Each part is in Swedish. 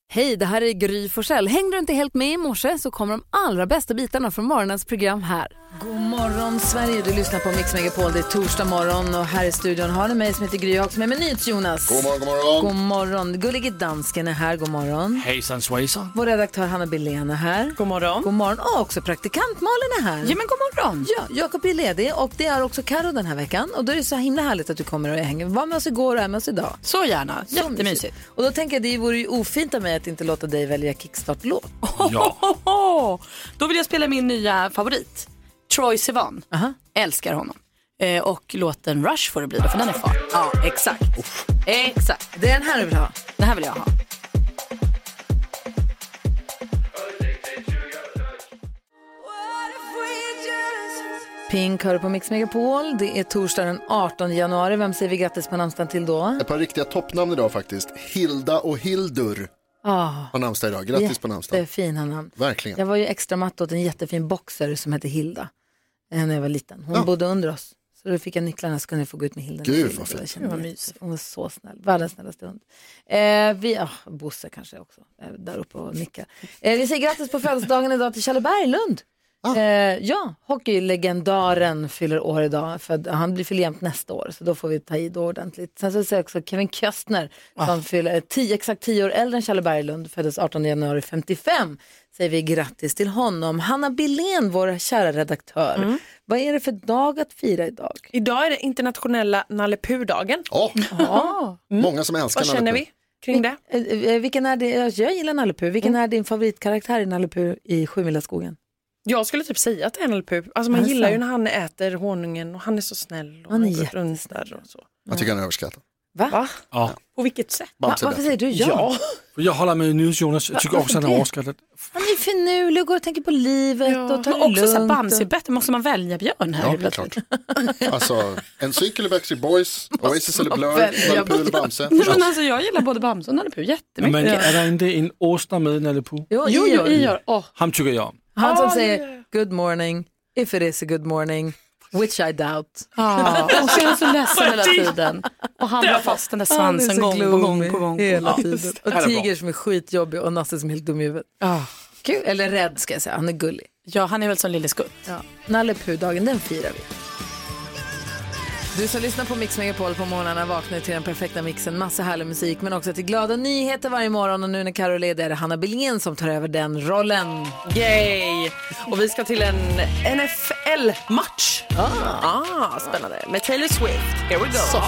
Hej, det här är Gry Forssell. Hängde du inte helt med i morse så kommer de allra bästa bitarna från morgonens program här. God morgon Sverige, du lyssnar på Mix Megapol. Det är torsdag morgon och här i studion har ni mig som heter Gry och som är med NyhetsJonas. God morgon, god morgon. God morgon. Gullige dansken är här, god morgon. Hejsan svejsan. Vår redaktör Hanna Billén är här. God morgon. God morgon. Och också praktikant Malin är här. Ja, men god morgon. Ja, Jakob är ledig och det är också Karo den här veckan. Och då är det så himla härligt att du kommer och hänger. Var med oss igår och är med oss idag. Så gärna, jättemysigt. Och då tänker jag det vore ju ofint av mig att inte låta dig välja kickstart-låt. Ja. Då vill jag spela min nya favorit, Troye Sivan. Älskar honom. Och låten Rush får det bli då, för den är fart. Ja, exakt. Exakt. Det är den här du vill ha. Den här vill jag ha. Pink hör på Mix Megapol. Det är torsdag den 18 januari. Vem säger vi grattis på namnsdagen till då? Ett par riktiga toppnamn idag faktiskt. Hilda och Hildur har namnsdag idag. Grattis på namnsdagen. Jättefina namn. Verkligen. Jag var ju extra matt åt en jättefin boxer som hette Hilda när jag var liten. Hon bodde under oss. Så då fick jag nycklarna så kunde jag få gå ut med Hilda. Gud vad fint. Hon var så snäll. Världens snällaste hund. Bosse kanske också. Där uppe och nickar. Vi säger grattis på födelsedagen idag till Kjelle Berglund. Hockeylegendaren fyller år idag. För han blir jämnt nästa år. Så då får vi ta i det ordentligt. Sen så säger också Kevin Costner som fyller exakt 10 år äldre än Kjelle Berglund. Föddes 18 januari 55. Säger vi grattis till honom. Hanna Billén, vår kära redaktör. Vad är det för dag att fira idag? Idag är det internationella Nalle Puh-dagen. Många som älskar Vad känner vi kring det? Vilken är det? Jag gillar Nalle Puh. Vilken är din favoritkaraktär i Nalle Puh i Sjumilaskogen? Jag skulle typ säga att det är Nalle Puh. Alltså man gillar ju när han äter honungen och han är så snäll. Och han är jättesnäll och så. Jag tycker han är överskattad. Va? Ja. På vilket sätt? Varför säger du ja? Jag håller med NyhetsJonas. Jag tycker också att han är överskattad. Han är finurlig och går och tänker på livet och tar det också lugnt. så Bamse bättre. Måste man välja Björn här? Ja, det är klart. Alltså, en cykel eller Backstreet Boys, Oasis eller Blur, Nalle Puh eller Bamse. Men alltså jag gillar både Bamse och Nalle Puh jättemycket. Men är det inte en åsna med Nalle Puh? Jo. Han tycker jag om. Han som säger good morning, if it is a good morning, which I doubt. Och så är han så ledsen hela tiden. Och han drar fast den där svansen gång på gång. Hela tiden. Och Tiger som är skitjobbig och Nasse som är helt dum i huvudet. Kul. Eller rädd ska jag säga, han är gullig. Ja, han är väl som lille skutt. Nalle Puh-dagen, den firar vi. Du som lyssnar på Mix Megapol på morgnarna vaknar till den perfekta mixen. Massa härlig musik men också till glada nyheter varje morgon. Och nu när Karo leder är det Hanna Billén som tar över den rollen. Yay! Och vi ska till en NFL-match. Spännande. Med Taylor Swift. Here we go.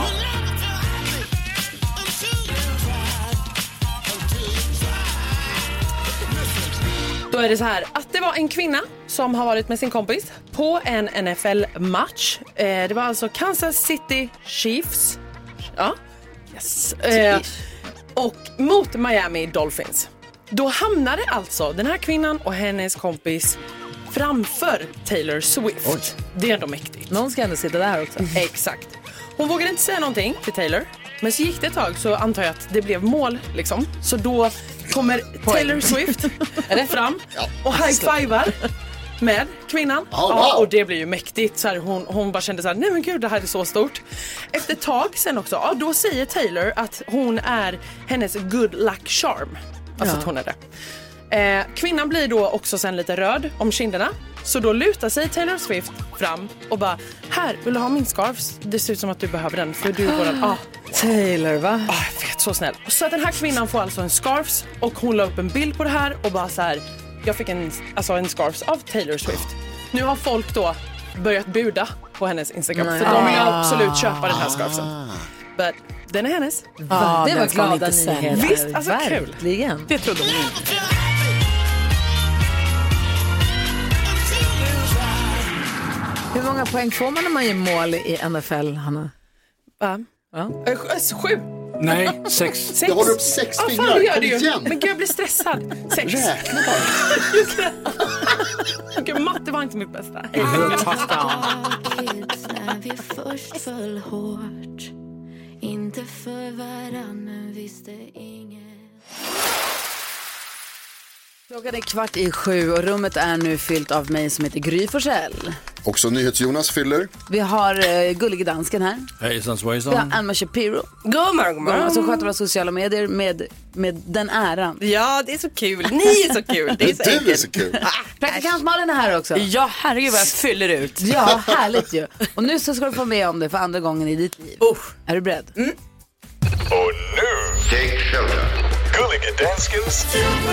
Då är det så här att det var en kvinna som har varit med sin kompis på en NFL-match. Det var alltså Kansas City Chiefs. Ja. Yes. Och mot Miami Dolphins. Då hamnade alltså den här kvinnan och hennes kompis framför Taylor Swift. Oj. Det är ändå mäktigt. Någon ska ändå sitta där också. Exakt. Hon vågade inte säga någonting till Taylor. Men så gick det ett tag så antar jag att det blev mål liksom. Så då kommer Taylor Swift fram och high-fivar med kvinnan. Och det blir ju mäktigt. Så här, hon bara kände så här, nej men gud det här är så stort. Efter ett tag sen också, då säger Taylor att hon är hennes good luck charm. Alltså att hon är det. Kvinnan blir då också sen lite röd om kinderna. Så då lutar sig Taylor Swift fram och bara, här, vill du ha min scarf? Det ser ut som att du behöver den, för du går den. Taylor, va? Jag vet, så snäll. Så att den här kvinnan får alltså en scarf och hon la upp en bild på det här och bara så här, jag fick en scarf av Taylor Swift. Nu har folk då börjat buda på hennes Instagram. För de vill absolut köpa den här scarfen. But den är hennes. Det var glada nyheter. Visst, alltså verkligen. Kul. Det trodde hon inte. Hur många poäng får man när man gör mål i NFL, Hanna? 7. Nej, 6. Jag håller upp 6 fingrar. Fan, det gör det ju. Igen. Men gud, jag blir stressad. 6. Räkna bara. Just det. Okej, matte var inte mitt bästa. Kids när vi först föll hårt. Inte för varann, visste inget. Klockan är 6:15 och rummet är nu fyllt av mig som heter Gry Forssell. Också NyhetsJonas fyller. Vi har gullige dansken här. Hejsan svejsan. Vi har Alma Shapiro. God morgon. Som sköter våra sociala medier med med den äran. Ja, det är så kul. Ni är så kul. Det är så Du är så kul. Praktikant Malin är här också. Ja, herregud vad jag fyller ut. Ja, härligt ju. Och nu så ska du få med om det för andra gången i ditt liv. Är du beredd? Och nu, take shelter. Gulliga Danskens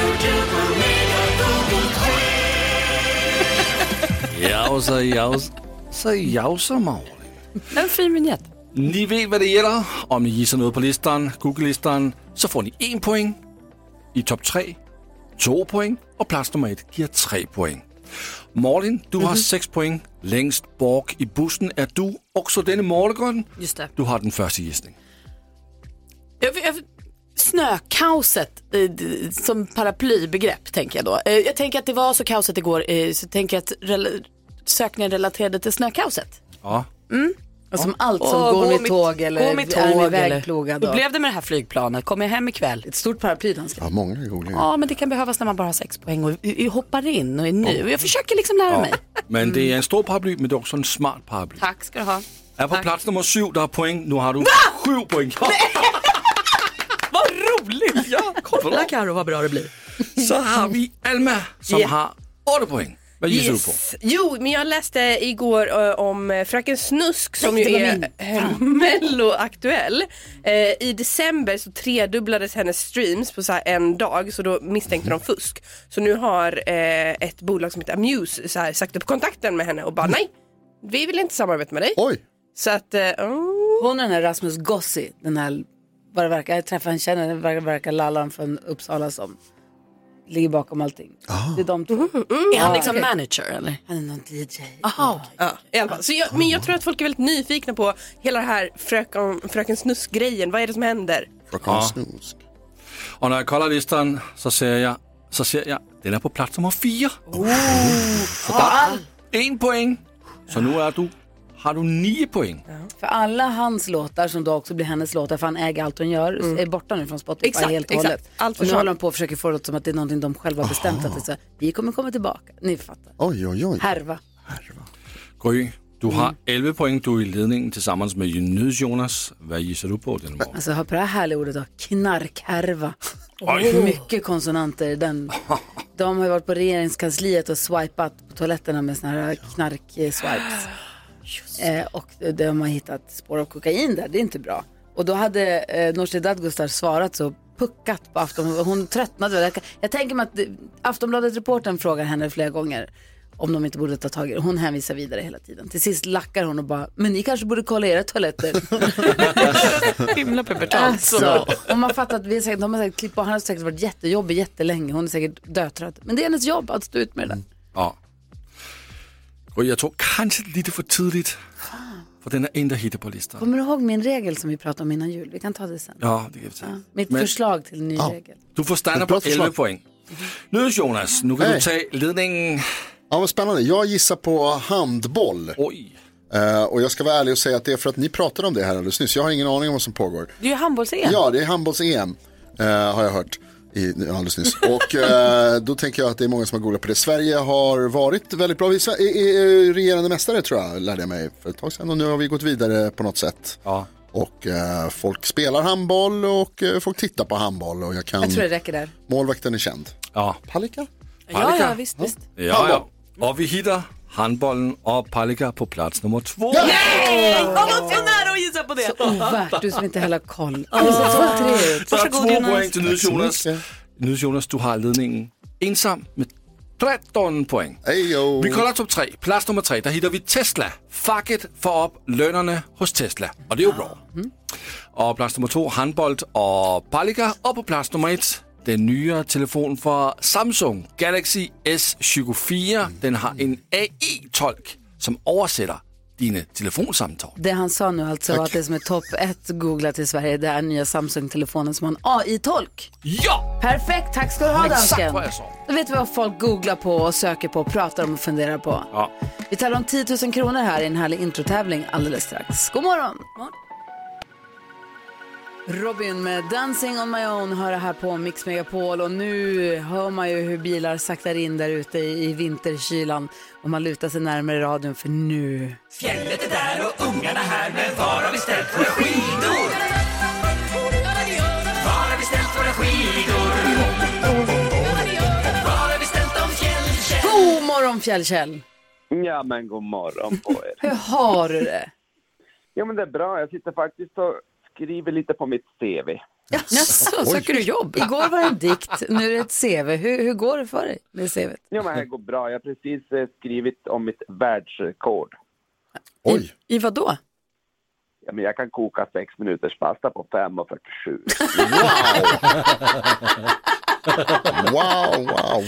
Jausa Malin. En fin vignett. Ni vet vad det gäller. Om ni gissar något på listan, Google-listan, så får ni 1 poäng. I topp 3, 2 poäng. Och plats nummer 1 ger 3 poäng. Malin, du har 6 poäng. Längst bak i bussen är du också denne morgon. Just det. Du har den första gissning. Snökaoset som paraplybegrepp tänker jag då. Jag tänker att det var så kaoset igår, så tänker jag att sökningen relaterade till snökaoset. Ja. Och som allt som går med tåg eller är med vägplogad. Hur blev det med det här flygplanet? Kommer jag hem ikväll? Ett stort paraply danska. Ja, många googlingar. Ja, men det kan behövas när man bara har 6 poäng och hoppar in och är ny. Jag försöker liksom lära mig. Men det är en stor paraply, men det är också en smart paraply. Tack ska du ha. Är på plats nummer 7, där har poäng. Nu har du 7 poäng. Vad roligt! Ja, kolla Karo vad bra det blir. Så har vi Alma som har 8 poäng. Vad gissar du på? Jo, men jag läste igår om Fröken Snusk som ju är Mello-aktuell. I december så tredubblades hennes streams på så här en dag, så då misstänkte de fusk. Så nu har ett bolag som heter Amuse så här, sagt upp kontakten med henne och bara nej, vi vill inte samarbeta med dig. Oj. Så att Hon är den här Rasmus Gossi, den här, vad det verkar, jag träffade en känner, det verkar Lallan från Uppsala som ligger bakom allting. Det är de två. Är han liksom manager eller? Han är någon DJ. Aha, ja, i alla fall. Så men jag tror att folk är väldigt nyfikna på hela det här Fröken Snusk-grejen. Vad är det som händer? Fröken Snusk. Och när jag kollar listan så ser jag den är på plats nummer 4. Så där 1 poäng. Så nu har du 9 poäng. För alla hans låtar som då också blir hennes låtar, för han äger allt hon gör, är borta nu från Spotify helt och hållet. Allt och nu håller de på att försöka få det som att det är någonting de själva har bestämt att det är så här, vi kommer komma tillbaka. Ni fattar. Oj. Härva. Gry, du har 11 poäng. Du är i ledningen tillsammans med Jonas. Vad gissar du på den morgon? Alltså hör på det här härliga ordet då, knarkhärva. Mycket konsonanter. De har ju varit på regeringskansliet och swipat på toaletterna med såna här knark-swipes. Och de har hittat spår av kokain där, det är inte bra. Och då hade Nooshi Dadgostar svarat så puckat på Aftonbladet. Hon tröttnade. Jag tänker mig att Aftonbladet-reporten frågar henne flera gånger om de inte borde ta tag i det. Hon hänvisar vidare hela tiden. Till sist lackar hon och bara, men ni kanske borde kolla era toaletter. Himla pubertalt. Alltså, och man fattar att de har säkert klippt på. Han har säkert varit jättejobbig jättelänge. Hon är säkert dötrött. Men det är hennes jobb att stå ut med det där. Ja. Och jag tror kanske lite för tidigt. För den är inte hittat på listan. Kommer du ihåg min regel som vi pratade om innan jul? Vi kan ta det sen. Ja, det kan vi säga. Mitt förslag till en ny regel. Du får stanna på 11 poäng. Nu Jonas, nu kan du ta ledningen. Ja, vad spännande. Jag gissar på handboll. Oj. Och jag ska vara ärlig och säga att det är för att ni pratade om det här alldeles nyss. Jag har ingen aning om vad som pågår. Det är ju handbolls-EM. Ja, det är handbolls-EM har jag hört alldeles nyss. Och då tänker jag att det är många som har googlat på det. Sverige har varit väldigt bra. Vi är regerande mästare tror jag, lärde jag mig för ett tag sedan. Och nu har vi gått vidare på något sätt. Ja. Och folk spelar handboll och folk tittar på handboll. Och jag tror det räcker där. Målvakten är känd. Ja. Palika? Ja, visst. Ja. Och vi hittar handbollen och Palika på plats nummer 2. Nej! Jag var så nära att gissa på det. Så ovärt, du som inte heller har koll. Det ser 2-3 ut. Så 2 poäng till Nydes Jonas. Du har ledningen ensam med 13 poäng. Heyo. Vi kollar topp 3. Plats nummer 3, där hittar vi Tesla. Facket får upp lönerna hos Tesla. Och det är ju bra. Och plats nummer 2, handboll och Palika. Och på plats nummer 1, den nya telefon för Samsung Galaxy S24. Den har en AI-tolk som översätter dina telefonsamtal. Det han sa nu alltså var att det som är topp 1 googlat i Sverige, det är nya Samsung-telefonen som har en AI-tolk. Ja! Perfekt, tack ska du ha dansken. Exakt vad jag sa. Då vet vi vad folk googlar på och söker på, pratar om och funderar på. Ja. Vi talar om 10 000 kronor här i en härlig introtävling alldeles strax. God morgon! Robin med Dancing on my own hör här på Mix Megapol och nu hör man ju hur bilar saktar in där ute i vinterkylan och man lutar sig närmare radion för nu. Fjället är där och ungarna här, men var har vi ställt våra skidor? Var har vi ställt våra skidor? morgon Fjällkäll. Ja, men god morgon på er. Hur har du det? Ja, men det är bra. Jag sitter faktiskt och skriver lite på mitt CV. Jaså, söker du jobb? Igår var det en dikt, nu är det ett CV. Hur går det för dig med CVt? Ja, men det går bra. Jag har precis skrivit om mitt världsrekord. Oj. I vad då? Ja, men jag kan koka 6 minuters pasta på 5:47. Wow.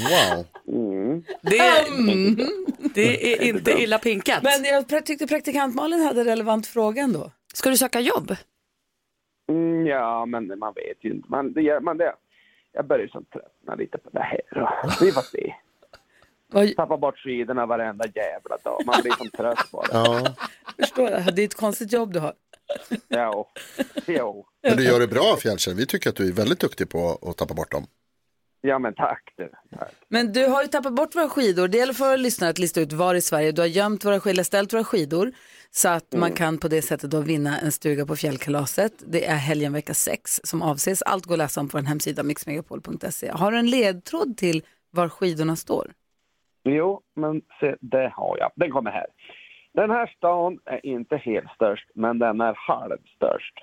Det är inte illa pinkat. Men jag tyckte praktikant Malin hade relevant fråga ändå. Ska du söka jobb? Ja, men man vet ju inte. Jag börjar som tröttna lite på det här. Vi får se. Tappa bort skidorna varenda jävla dag. Man blir som trött på det. Ja. Förstår jag. Det är ett konstigt jobb du har. Ja. Men du gör det bra, Fjällkäll. Vi tycker att du är väldigt duktig på att tappa bort dem. Ja, men tack. Men du har ju tappat bort våra skidor. Det gäller för lyssnare att lista ut var i Sverige du har gömt våra skidor, ställt våra skidor. Så att man kan på det sättet då vinna en stuga på fjällkalaset. Det är helgen vecka 6 som avses. Allt går att läsa om på en hemsida mixmegapol.se. Har du en ledtråd till var skidorna står? Jo, men se, det har jag. Den kommer här. Den här stan är inte helt störst, men den är halvstörst.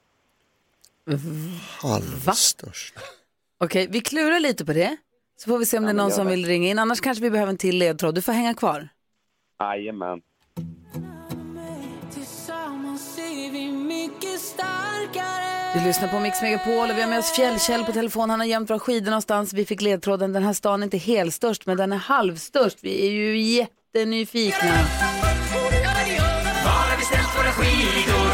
Halvstörst. Okej, vi klurar lite på det. Så får vi se om det är någon som vill ringa in. Annars kanske vi behöver en till ledtråd. Du får hänga kvar. Jajamän. Du lyssnar på Mix Megapol och vi har med oss Fjällkäll på telefon. Han har gömt våra skidor någonstans. Vi fick ledtråden. Den här stan är inte helt störst, men den är halvstörst. Vi är ju jättenyfikna. Var har vi ställt våra skidor?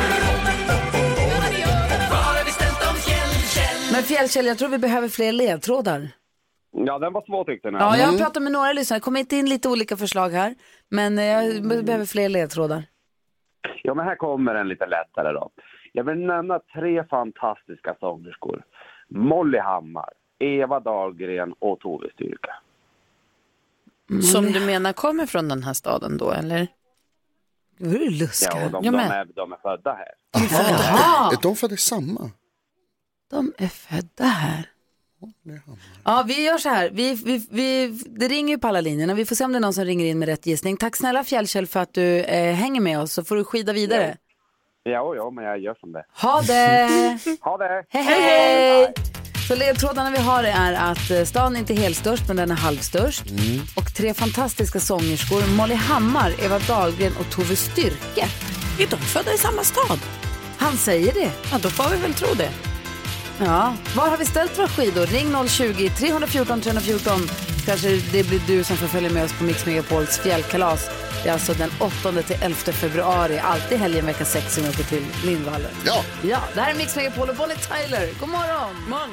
Var har vi ställt dem, Fjällkäll? Men Fjällkäll, jag tror vi behöver fler ledtrådar. Ja, den var svår tyckte ni. Ja, jag har pratat med några lyssnare. Det kommer inte in lite olika förslag här. Men jag behöver fler ledtrådar. Ja, men här kommer en lite lättare då. Jag vill nämna 3 fantastiska sångerskor. Molly Hammar, Eva Dahlgren och Tove Styrka. Som du menar kommer från den här staden då, eller? Det var ju luska. Ja, de är födda här. Är de födda i samma? De är födda här. Ja, vi gör så här. Det ringer ju på alla linjerna. Vi får se om det är någon som ringer in med rätt gissning. Tack snälla Fjällkäll för att du hänger med oss. Så får du skida vidare. Ja, men jag gör som det. Ha det! Ha det! Hej! Så ledtrådarna vi har är att stan är inte helt störst, men den är halvstörst. Och 3 fantastiska sångerskor. Molly Hammar, Eva Dahlgren och Tove Styrke. Är de födda i samma stad? Han säger det. Ja, då får vi väl tro det. Ja, var har vi ställt våra skidor? Ring 020-314 314. Kanske det blir du som får följa med oss på Mix Megapols fjällkalas. Det är alltså den 8-11 februari. Alltid helgen vecka 6 som vi åker till Lindvallen. Ja, det här är Mix Megapol och Bonnie Tyler. God morgon! Morgon.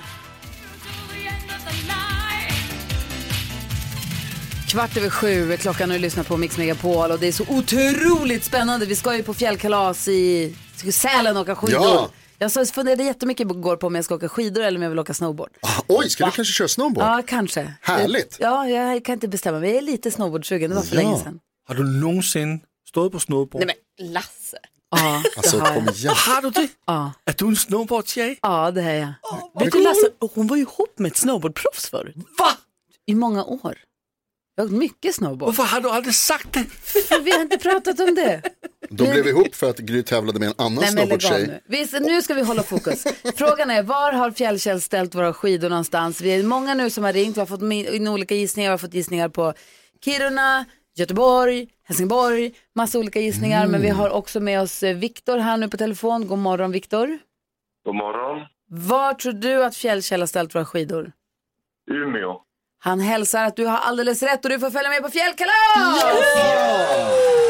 6:15 är klockan och lyssnar på Mix Megapol. Och det är så otroligt spännande. Vi ska ju på fjällkalas i Sälen och åka skidor. Ja. Jag funderade jättemycket igår på om jag ska åka skidor eller om jag vill åka snowboard. Oj, ska du kanske köra snowboard? Ja, kanske. Härligt. Ja, jag kan inte bestämma. Men jag är lite snowboardsugen. Det var för länge sedan. Har du någonsin stått på snowboard? Nej men Lasse. Ja, alltså kom igen. Har du det? Ja. Är du en snowboardtjej? Ja, det är jag. Vet du Lasse, hon var ju ihop med ett snowboardproffs förut. Va? I många år. Jag har åkt mycket snowboard. Varför har du aldrig sagt det? För vi har inte pratat om det. De blev ihop för att Gry tävlade med en annan snowboardtjej. Nu ska vi hålla fokus. Frågan är, var har Fjällkäll ställt våra skidor någonstans? Vi är många nu som har ringt. Vi har fått in olika gissningar. Vi har fått gissningar på Kiruna, Göteborg, Helsingborg. Massa olika gissningar. Men vi har också med oss Viktor här nu på telefon. God morgon, Viktor. God morgon. Var tror du att Fjällkäll har ställt våra skidor? Umeå. Han hälsar att du har alldeles rätt och du får följa med på fjällkalas! Ja!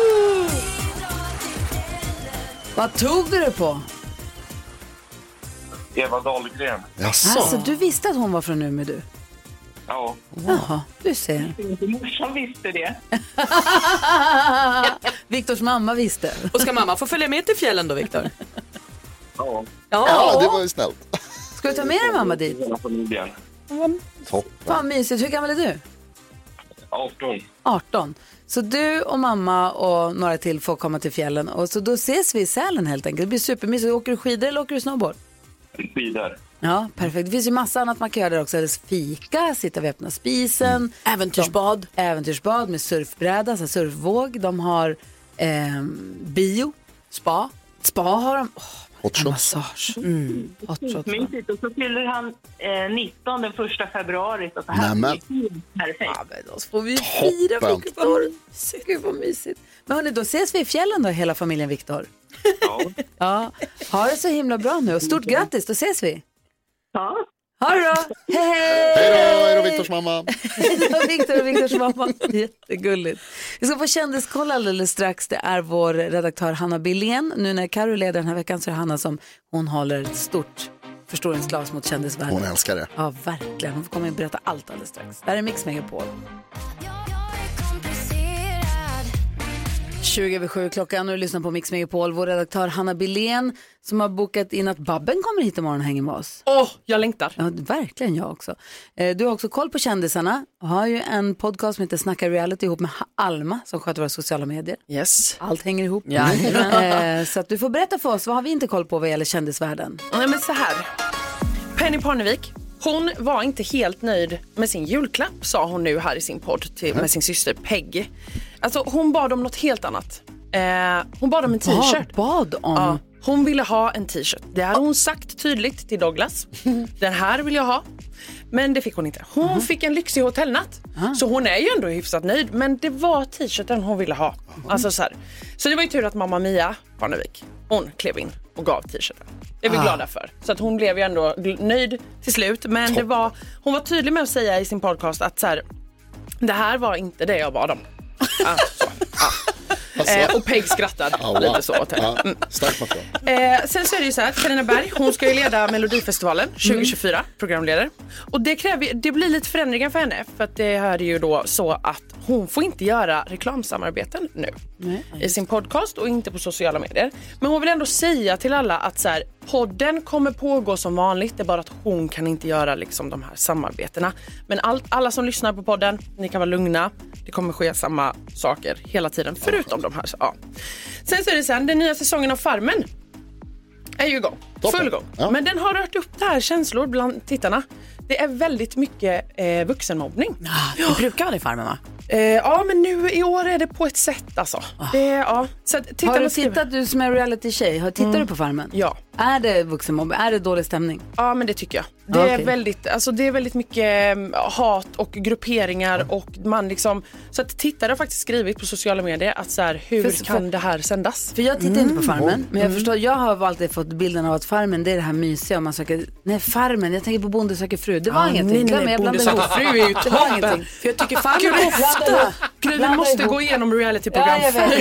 Vad tog du på? Eva Dahlgren. Jaså. Alltså, du visste att hon var från Umeå, du? Ja. Jaha, du ser. Morsan visste det. Viktors mamma visste. Och ska mamma få följa med till fjällen då, Viktor? Ja. Ja, det var ju snällt. Ska du ta med dig mamma dit? Hela familjen. Fan mysigt, hur gammal är du? 18. 18. Så du och mamma och några till får komma till fjällen. Och så då ses vi i Sälen helt enkelt. Det blir supermysigt. Åker du skidor eller åker du snowboard? Skidor. Ja, perfekt. Det finns ju massa annat man kan göra där också. Eller fika, sitta vid öppna spisen. Äventyrsbad. Äventyrsbad med surfbräda, så surfvåg. De har bio. Spa har de. Hot shots. Massage. Hot shots. Mysigt. Och så fyller han 19 den 1 februari. Så det här Nämen. perfekt. Ja, men då får vi fira Viktor. Gud vad mysigt. Men hörni, då ses vi i fjällen då, hela familjen Viktor. Ja. Ha det så himla bra nu. Och stort grattis, då ses vi. Ja. Ha det bra. Hej då, Viktors mamma. Hej då, Viktor och Viktors mamma. Jättegulligt. Vi ska få kändiskoll alldeles strax. Det är vår redaktör Hanna Billén. Nu när Karo leder den här veckan så är Hanna som hon håller ett stort förstoringsglas mot kändisvärlden. Hon älskar det. Ja, verkligen. Hon kommer att berätta allt alldeles strax. Det här är Mix Megapol. 7:20 klockan och du lyssnar på Mix Megapol. Vår redaktör Hanna Billén som har bokat in att Babben kommer hit imorgon och hänger med oss. Jag längtar. Ja, verkligen jag också. Du har också koll på kändisarna och har ju en podcast som heter Snacka Reality ihop med Alma som sköter våra sociala medier. Yes. Allt hänger ihop. Ja. Så att du får berätta för oss, vad har vi inte koll på vad gäller kändisvärlden? Nej, men så här. Penny Parnevik, hon var inte helt nöjd med sin julklapp, sa hon nu här i sin podd med sin syster Peggy. Alltså hon bad om något helt annat. Hon bad om en t-shirt. Bad om? Ja, hon ville ha en t-shirt. Det hade hon sagt tydligt till Douglas. Den här vill jag ha. Men det fick hon inte. Hon fick en lyxig hotellnatt. Så hon är ju ändå hyfsat nöjd. Men det var t-shirten hon ville ha. Alltså så här. Så det var ju tur att mamma Mia Parnevik, hon klev in och gav t-shirten. Det är vi glada för. Så att hon blev ju ändå nöjd till slut. Men hon var tydlig med att säga i sin podcast att så här, det här var inte det jag bad om. Och Peg skrattar lite så åt henne. Starkt material. Sen så är det ju så här att Carina Berg, hon ska ju leda Melodifestivalen 2024, programledare. Och det blir lite förändringar för henne. För att det här är ju då så att hon får inte göra reklamsamarbeten nu. I sin podcast och inte på sociala medier. Men hon vill ändå säga till alla att så här, podden kommer pågå som vanligt. Det är bara att hon kan inte göra liksom de här samarbetena. Men alla som lyssnar på podden, ni kan vara lugna. Det kommer ske samma saker hela tiden förutom de här. Ja. Sen så är det sen, den nya säsongen av Farmen är ju igång. Full gång. Ja. Men den har rört upp det här känslor bland tittarna. Det är väldigt mycket vuxenmobbning. Det brukar vara det i Farmen, va? Ja, men nu i år är det på ett sätt alltså. Så att, har du tittat, du som är reality-tjej, tittar du på Farmen? Ja. Är det vuxenmobbning? Är det dålig stämning? Ja, men det tycker jag. Det är väldigt mycket hat och grupperingar och man liksom, så att tittare har faktiskt skrivit på sociala medier att så här, hur kan det här sändas? För jag tittar inte på Farmen, men jag förstår, jag har alltid fått bilden av att Farmen, det är det här mysiga och man söker, Farmen, jag tänker på Bonde söker fru, det var ingenting. Nej, Bonde söker fru är ju toppen. För jag tycker Farmen ofta, Gry måste gå igenom realityprogram.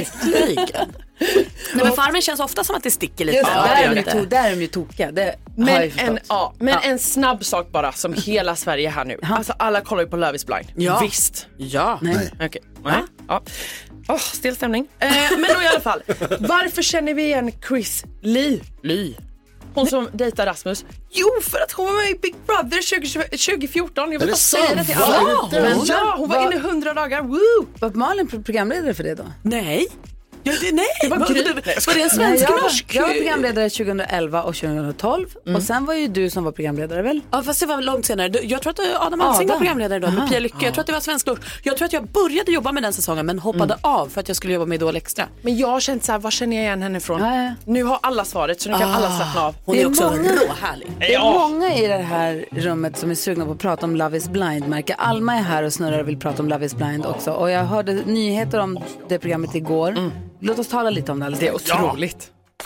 Nej, men Farmen känns ofta som att det sticker lite. Där är de ju tokiga. Men en snabb sak bara som hela Sverige här nu. Alltså alla kollar ju på Love is blind. Ja. Visst. Ja. Nej. Okej. Ja. Still stämning. Men då i alla fall. Varför känner vi igen Chris Lee? Hon som dejtar Rasmus. Jo, för att hon var med i Big Brother 2014. Jag vill bara säga det till alla. Hon var inne 100 dagar. Woo! Var Malin programledare för det då? Nej. Det var Var det en svensk-norsk? Jag var programledare 2011 och 2012 och sen var ju du som var programledare väl? Ja, fast det var långt senare. Jag tror att Adam Alsing var programledare då med Pia Lycke. Jag tror att det var svensk-norsk. Jag tror att jag började jobba med den säsongen men hoppade av för att jag skulle jobba med Idol Extra. Men jag har känt så här, vad känner jag igen henne ifrån? Nu har alla svaret så nu kan alla slappna av. Hon är också råhärlig. Det är många i det här rummet som är sugna på att prata om Love is blind. Märker Alma är här och snurrar och vill prata om Love is blind också. Och jag hörde nyheter om det programmet igår. Låt oss tala lite om det alldeles. Det är otroligt.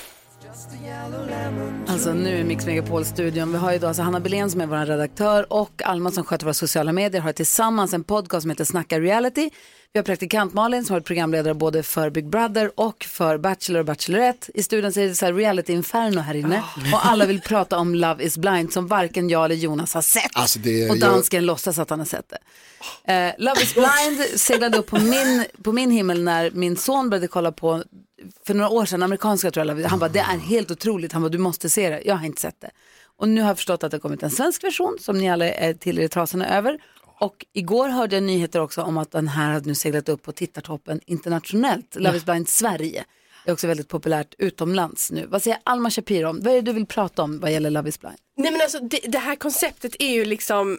Alltså nu i Mix Megapol-studion. Vi har ju då alltså Hanna Billén som är vår redaktör och Alma som sköter våra sociala medier har tillsammans en podcast som heter Snacka Reality. Vi har praktikant Malin som har varit programledare både för Big Brother och för Bachelor och Bachelorette. I studion så är det så här reality-inferno här inne. Och alla vill prata om Love is blind som varken jag eller Jonas har sett. Alltså och dansken låtsas att han har sett det. Love is blind seglade upp på min himmel när min son började kolla på för några år sedan, amerikanska tror jag. Han bara, det är helt otroligt. Han bara, du måste se det. Jag har inte sett det. Och nu har jag förstått att det har kommit en svensk version som ni alla är till er trasorna över. Och igår hörde jag nyheter också om att den här hade nu seglat upp på tittartoppen internationellt. Love is blind Sverige. är också väldigt populärt utomlands nu. Vad säger Alma Shapiro om? Vad är det du vill prata om vad gäller Love is blind? Nej men alltså det här konceptet är ju liksom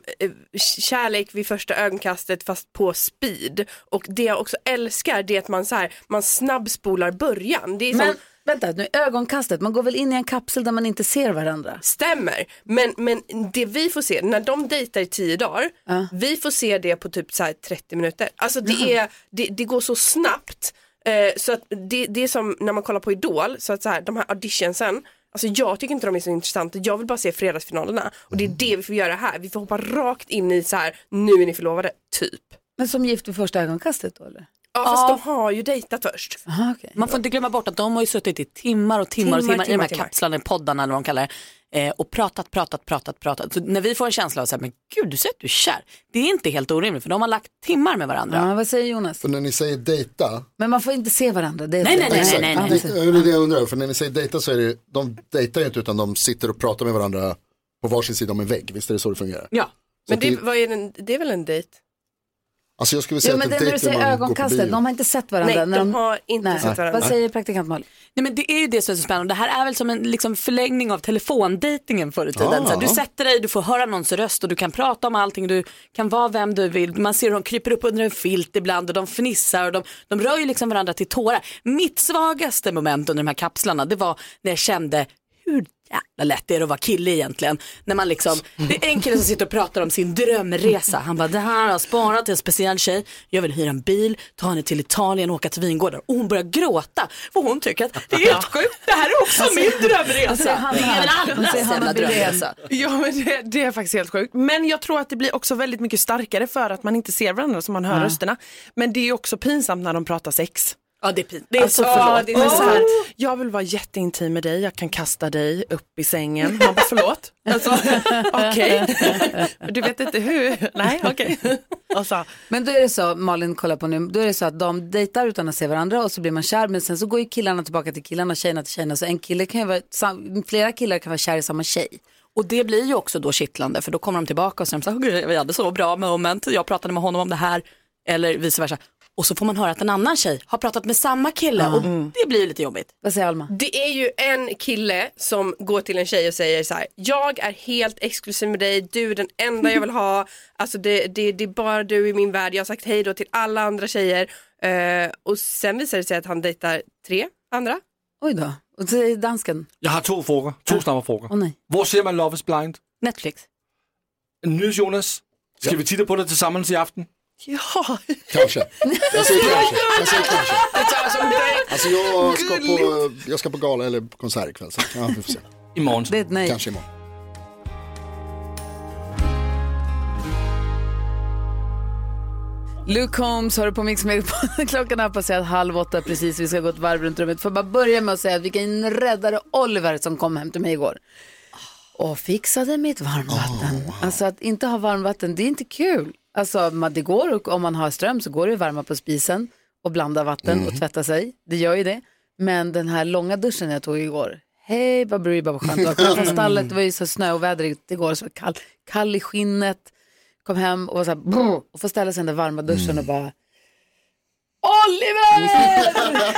kärlek vid första ögonkastet fast på speed. Och det jag också älskar det är att man snabbspolar början. Det är men vänta, nu ögonkastet, man går väl in i en kapsel där man inte ser varandra? Stämmer, men det vi får se, när de dejtar i 10 dagar, vi får se det på typ så här 30 minuter. Alltså det går så snabbt. Så att det är som när man kollar på Idol, så att så här, de här auditionsen, alltså jag tycker inte de är så intressanta. Jag vill bara se fredagsfinalerna. Och det är det vi får göra här. Vi får hoppa rakt in i så här, nu är ni förlovade, typ. Men som gift vid första ögonkastet då, eller? Ja, fast de har ju dejtat först. Aha, okay. Man får inte glömma bort att de har ju suttit i timmar i de här kapslarna, i poddarna eller vad de kallar det. Och pratat. Så när vi får en känsla av så här, men gud, du säger att du är kär. Det är inte helt orimligt, för de har lagt timmar med varandra. Ja, vad säger Jonas? För när ni säger dejta... Men man får inte se varandra. Det är nej. Det är det jag undrar. För när ni säger dejta så är det... De dejtar ju inte utan de sitter och pratar med varandra på varsin sida om en vägg. Visst är det så det fungerar? Ja, så men det är väl en dejt? Alltså jag skulle säga men det är när du säger ögonkastet, de har inte sett varandra. Nej, de har inte sett varandra. Vad säger praktikant Malin? Nej, men det är ju det som är så spännande. Det här är väl som en liksom förlängning av telefondejtingen förr i tiden. Så här, du sätter dig, du får höra någons röst och du kan prata om allting. Du kan vara vem du vill. Man ser hur de kryper upp under en filt ibland och de fnissar och de rör ju liksom varandra till tårar. Mitt svagaste moment under de här kapslarna, det var när jag kände hur jävla lätt det är att vara kille egentligen. När man liksom, det är en kille som sitter och pratar om sin drömresa. Han bara, det här har jag sparat till en speciell tjej. Jag vill hyra en bil, ta henne till Italien och åka till vingårdar. Och hon börjar gråta. För hon tycker att det är helt sjukt. Det här är också min drömresa. Det är väl allas jävla drömresa. Ja, men det är faktiskt helt sjukt. Men jag tror att det blir också väldigt mycket starkare för att man inte ser varandra som man hör rösterna. Men det är också pinsamt när de pratar sex. Ja, det är alltså, så förlåt. Det är så här, jag vill vara jätteintim med dig. Jag kan kasta dig upp i sängen. Man bara, förlåt. Alltså, okej. Du vet inte hur. Nej, okej. Alltså. Men då är det så, Malin kollar på nu. Då är det så att de dejtar utan att se varandra och så blir man kär. Men sen så går ju killarna tillbaka till killarna, tjejerna till tjejerna. Så en kille kan ju vara, flera killar kan vara kär i samma tjej. Och det blir ju också då kittlande. För då kommer de tillbaka och säger, vi hade så bra moment. Jag pratade med honom om det här. Eller vice versa. Och så får man höra att en annan tjej har pratat med samma kille och det blir lite jobbigt. Vad säger Alma? Det är ju en kille som går till en tjej och säger så här: jag är helt exklusiv med dig, du är den enda jag vill ha. Alltså det är bara du i min värld. Jag har sagt hej då till alla andra tjejer. Och sen visar det sig att han dejtar 3 andra. Oj då, och så är dansken. Jag har 2 frågor, 2 snabba frågor. Nej. Var ser man Love is blind? Netflix. Nyss Jonas, ska vi titta på det tillsammans i aften? Ja. Kanske. Jag säger kanske. Alltså jag ska på gala eller konsert ikväll. Så ja, vi får se. Imorgon. Det är ett nej. Kanske imorgon. Luke Combs har du på Mix Megapol. Klockan har passerat 7:30 precis. Vi ska gå ett varv runt rummet. Får bara börja med att säga att vilken räddare Oliver som kom hem till mig igår. Och fixade mitt varmvatten. Wow. Alltså att inte ha varmvatten, det är inte kul. Alltså det går, och om man har ström så går det att värma på spisen och blanda vatten och tvätta sig. Det gör ju det. Men den här långa duschen jag tog igår, hej baberi, vad skönt. Jag kom från stallet, det var ju så snö och vädrigt igår, så kall i skinnet. Kom hem och var så här, och får ställa sig i den där varma duschen och bara Oliver!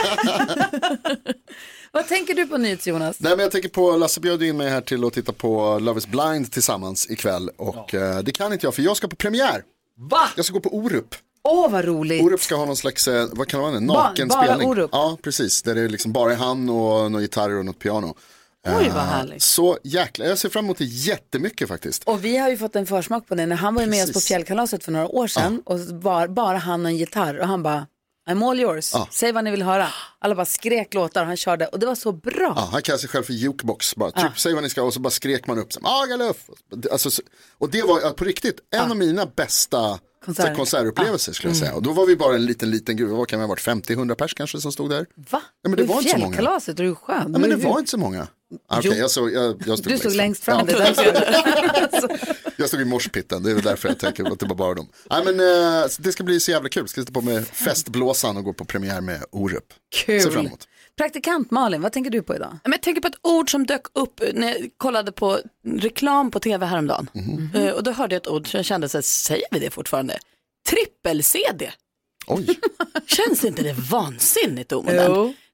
Vad tänker du på nyhets, Jonas? Nej, men jag tänker på, Lasse bjöd in mig här till att titta på Love is blind tillsammans ikväll. Och det kan inte jag, för jag ska på premiär. Va? Jag ska gå på Orup. Åh, vad roligt. Orup ska ha någon slags, vad kan det vara, en nakenspelning. Bara Orup? Ja, precis. Där det är liksom bara han och någon gitarr och något piano. Oj, vad härligt. Så jäkla, jag ser fram emot det jättemycket faktiskt. Och vi har ju fått en försmak på det när han var med oss på fjällkalaset för några år sedan. Och bara han och en gitarr och han bara, I'm all yours, säg vad ni vill höra. Alla bara skrek låtar och han körde och det var så bra. Ja, han kallar sig själv för jukebox, bara typ säg vad ni ska och så bara skrek man upp Magaluf. Alltså, och det var på riktigt en av mina bästa konsertupplevelser skulle jag säga. Och då var vi bara en liten grupp, vad kan det ha varit, 50-100 pers kanske som stod där. Va? Ja, men det var inte så många. Fjällkalaset, är du skön? Ja, men det var inte så många. Okej, jag stod du stod längst fram. Jag stod i morspitten, det är därför jag tänker att det var bara dem. Nej, men det ska bli så jävla kul. Ska sitta på med festblåsan och gå på premiär med Orup. Kul. Praktikant Malin, vad tänker du på idag? Jag tänker på ett ord som dök upp när jag kollade på reklam på tv häromdagen. Och då hörde jag ett ord som jag kände så, säger vi det fortfarande? Trippel-CD. Oj. Känns inte det vansinnigt omodernt?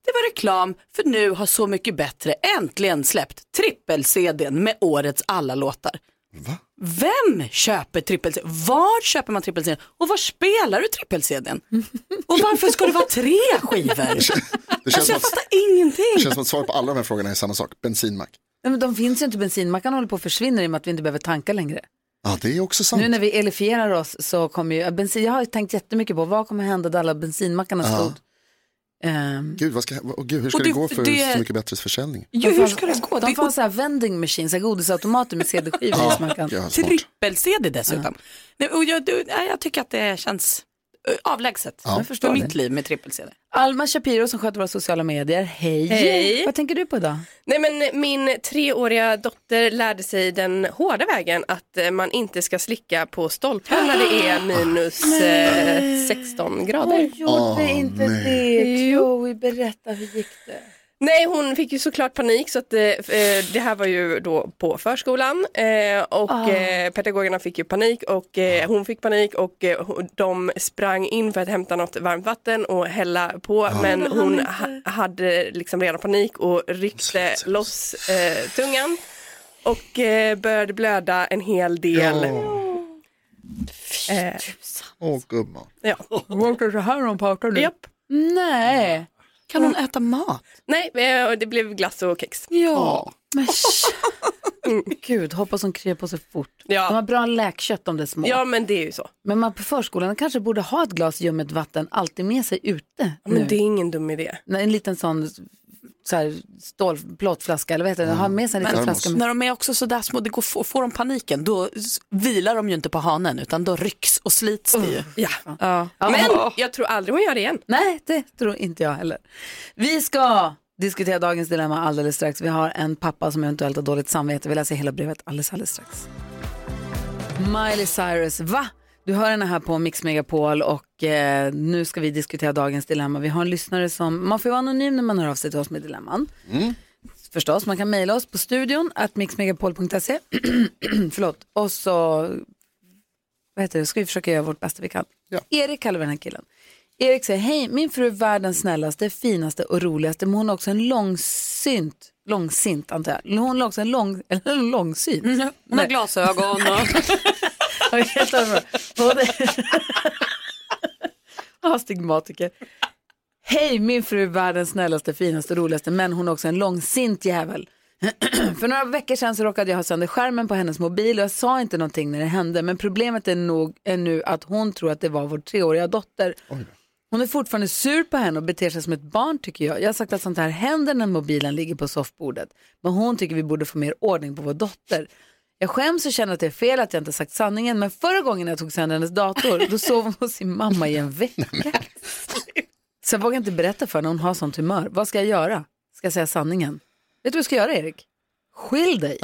Det var reklam för nu har Så mycket bättre äntligen släppt trippel-CDn med årets alla låtar. Va? Vem köper trippel-CD? Var köper man trippel-CDn? Och var spelar du trippel-CDn? Och varför ska det vara 3 skivor? Jag fattar ingenting. Det känns som att svar på alla de här frågorna är samma sak. Bensinmack. Men de finns ju inte bensinmackarna håller på att försvinna i och med att vi inte behöver tanka längre. Ja, det är också sant. Nu när vi elifierar oss så kommer ju bensin. Jag har tänkt jättemycket på vad kommer hända där alla bensinmackarna stod. Gud, hur ska det gå för Så mycket bättre försäljning? Hur ska det gå? De får så här vending machines, så godisautomater med CD-skivor i smaken. Trippel-CD dessutom. Nej, och jag tycker att det känns avlägset för mitt liv med trippel-CD. Alma Shapiro som sköter våra sociala medier. Hej! Vad tänker du på då? Nej, men min 3-åriga dotter lärde sig den hårda vägen att man inte ska slicka på stolpen när det är minus 16 grader. Hon gjorde inte det. Chloe, berätta, hur gick det? Nej, hon fick ju såklart panik så att det här var ju då på förskolan och pedagogerna fick ju panik och hon fick panik och de sprang in för att hämta något varmt vatten och hälla på men hon hade liksom redan panik och ryckte loss tungan och började blöda en hel del. Gumma. Ja. Var så här hon pratar nu? Japp. Nej. Kan hon äta mat? Nej, det blev glass och kex. Ja, men gud, hoppas hon kryper på sig fort. Ja. De har bra läkkött om det är små. Ja, men det är ju så. Men man på förskolan kanske borde ha ett glas ljummet vatten alltid med sig ute. Men det är ingen dum idé. En liten sån så här plåtflaska eller vad heter det? Ha med sig en liten flaska. När de är också så där små, får de paniken, då vilar de ju inte på hanen utan då rycks och slits det ju. Ja. Men jag tror aldrig hon gör det igen. Nej, det tror inte jag heller. Vi ska diskutera dagens dilemma alldeles strax. Vi har en pappa som eventuellt har dåligt samvete. Vi läser hela brevet alldeles strax. Miley Cyrus, va? Du hör henne här på Mix Megapol och nu ska vi diskutera dagens dilemma. Vi har en lyssnare som, man får vara anonym när man hör av sig till oss med dilemman. Förstås, man kan mejla oss på studion @mixmegapol.se förlåt, och så ska vi försöka göra vårt bästa vi kan. Ja. Erik kallar vi den här killen. Erik säger, hej, min fru är världens snällaste, finaste och roligaste, men hon har också en långsint antar jag. Hon har också en långsynt. Hon har glasögon och stigmatiker. Hej, min fru är världens snällaste, finaste och roligaste, men hon har också en långsint jävel. För några veckor sedan så råkade jag ha sönder skärmen på hennes mobil och jag sa inte någonting när det hände, men problemet är nu att hon tror att det var vår 3-åriga dotter. Hon är fortfarande sur på henne och beter sig som ett barn tycker jag. Jag har sagt att sånt här händer när mobilen ligger på soffbordet, men hon tycker vi borde få mer ordning på vår dotter. Jag skäms och känner att det är fel att jag inte sagt sanningen, men förra gången jag tog sönder hennes dator då sov hon hos sin mamma i en vecka. Så jag vågar inte berätta för när hon har sånt humör. Vad ska jag göra? Ska jag säga sanningen? Vet du vad jag ska göra, Erik? Skilj dig.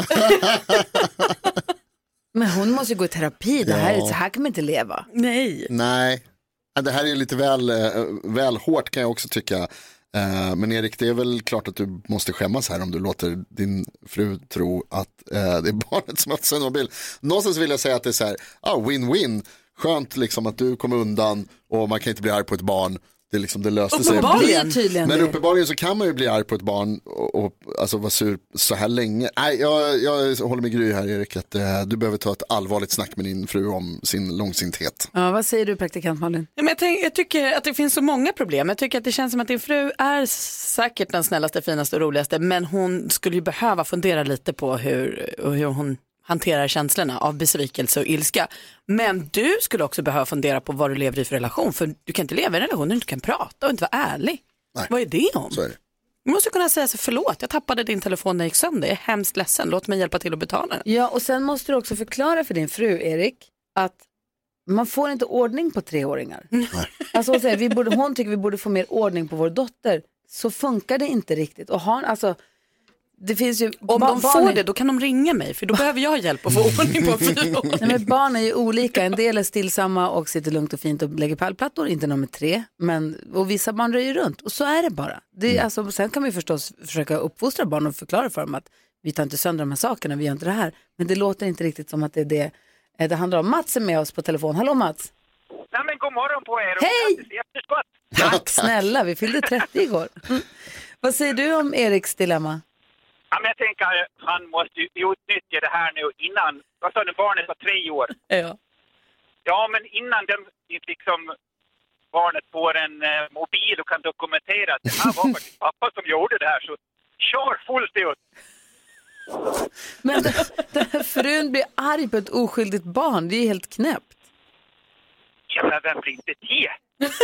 Men hon måste ju gå i terapi. Det här, så här kan man inte leva. Nej. Det här är lite väl hårt kan jag också tycka. Men Erik, det är väl klart att du måste skämmas här om du låter din fru tro att det är barnet som har haft en mobil. Någonstans vill jag säga att det är så här, win-win. Skönt liksom att du kommer undan och man kan inte bli arg på ett barn. Det, liksom, det löste sig. Men uppenbarligen så kan man ju bli arg på ett barn och alltså vara sur så här länge. Nej, jag håller med Gry här, Erik, att du behöver ta ett allvarligt snack med din fru om sin långsinthet. Ja, vad säger du, praktikant Malin? Jag tycker att det finns så många problem. Jag tycker att det känns som att din fru är säkert den snällaste, finaste och roligaste, men hon skulle ju behöva fundera lite på hur hon hanterar känslorna av besvikelse och ilska. Men du skulle också behöva fundera på vad du lever i för relation. För du kan inte leva i en relation när du inte kan prata och inte vara ärlig. Nej. Vad är det om? Så är det. Du måste kunna säga så, förlåt, jag tappade din telefon när jag gick sönder. Jag är hemskt ledsen, låt mig hjälpa till att betala den. Ja, och sen måste du också förklara för din fru, Erik, att man får inte ordning på 3-åringar. Alltså, hon tycker vi borde få mer ordning på vår dotter. Så funkar det inte riktigt. Och det finns ju om de får det, då kan de ringa mig, för då behöver jag hjälp att få ordning på 4 år. Nej, men barn är ju olika. En del är stillsamma och sitter lugnt och fint och lägger pallplattor, inte nummer 3. Och vissa barn rör ju runt. Och så är det bara. Alltså, sen kan vi förstås försöka uppfostra barn och förklara för dem att vi tar inte sönder de här sakerna, vi gör inte det här. Men det låter inte riktigt som att det är det handlar om. Mats är med oss på telefon. Hallå Mats. Nej, men god morgon på er. Hej! Tack snälla, vi fyllde 30 igår. Vad säger du om Eriks dilemma? Ja, men jag tänker han måste ju utnyttja det här nu innan, vad sa du, barnet var 3 år. Ja. Ja, men innan liksom barnet får en mobil och kan dokumentera att det här var faktiskt pappa som gjorde det här, så kör fullt ut. Men den här frun blir arg på ett oskyldigt barn, det är helt knäppt. Ja, men vem blir inte det?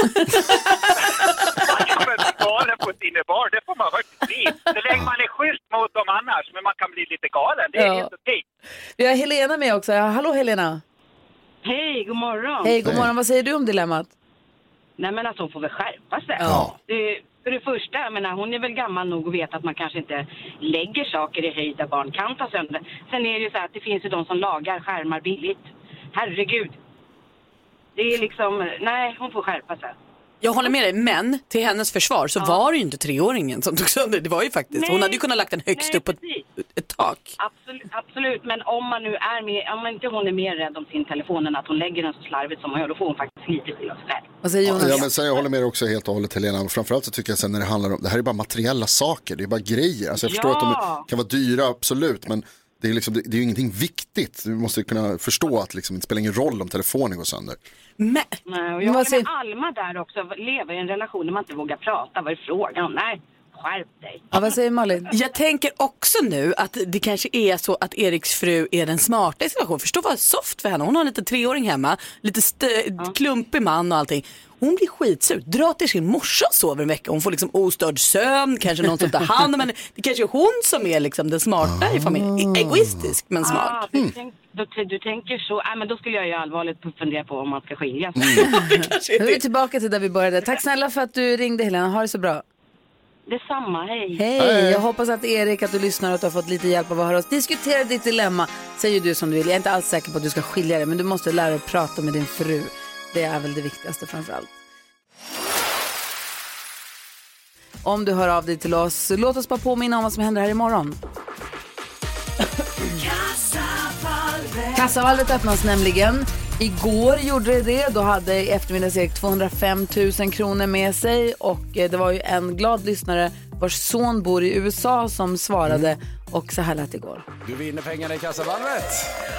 Man galen på sina barn, det får man faktiskt bli. Så länge man är schysst mot dem annars, men man kan bli lite galen, det är helt okej. Vi har Helena med också. Hallå Helena. Hej, god morgon. Hej, god morgon. Vad säger du om dilemmat? Nej, men alltså hon får väl skärpa sig. Ja. För det första, jag menar, hon är väl gammal nog att veta att man kanske inte lägger saker i höjd där barn kan ta sönder. Sen är det ju så att det finns ju de som lagar skärmar billigt. Herregud. Det är liksom, nej, hon får skärpa sig. Jag håller med dig, men till hennes försvar så var det ju inte 3-åringen som tog sönder. Det var ju faktiskt, hon hade ju kunnat lagt den högst upp på ett tak. Absolut, men om man nu är mer, om inte hon är mer rädd om sin telefon än att hon lägger den så slarvigt som hon gör, då får hon faktiskt lite till sig själv. Vad säger Jonas? Ja, men så jag håller med dig också helt och hållet, Helena. Och framförallt så tycker jag sen när det handlar om, det här är bara materiella saker, det är bara grejer. Alltså jag förstår att de kan vara dyra, absolut, men det är liksom, det är ju ingenting viktigt. Du måste kunna förstå att liksom, det spelar ingen roll om telefonen går sönder. Nej, och jag håller med Alma där också, leva i en relation där man inte vågar prata, vad är frågan om? Nej, skärp dig. Ja, vad säger Malin? Jag tänker också nu att det kanske är så att Eriks fru är den smarta i situationen. Förstå vad soft för henne. Hon har en liten 3-åring hemma, lite klumpig man och allting. Hon blir skitsur, drar till sin morsa och sover en vecka. Hon får liksom ostörd sömn, kanske någon som tar hand, men det kanske är hon som är liksom den smarta i familjen. Egoistisk men smart. Du tänker så, men då skulle jag ju allvarligt fundera på om man ska skiljas. Nu är vi tillbaka till där vi började. Tack snälla för att du ringde, Helena. Ha det så bra. Detsamma, hej. Hej, jag hoppas att Erik, att du lyssnar och att du har fått lite hjälp av att höra oss diskutera ditt dilemma. Säger du som du vill. Jag är inte alls säker på att du ska skilja dig, men du måste lära dig att prata med din fru. Det är väl det viktigaste framförallt. Om du hör av dig till oss, låt oss bara påminna om vad som händer här imorgon. Kassavalvet öppnas nämligen. Igår gjorde det. Då hade eftermiddags-Erik 205 000 kronor med sig. Och det var ju en glad lyssnare vars son bor i USA som svarade. Och så här lät det igår. Du vinner pengarna i kassavalvet.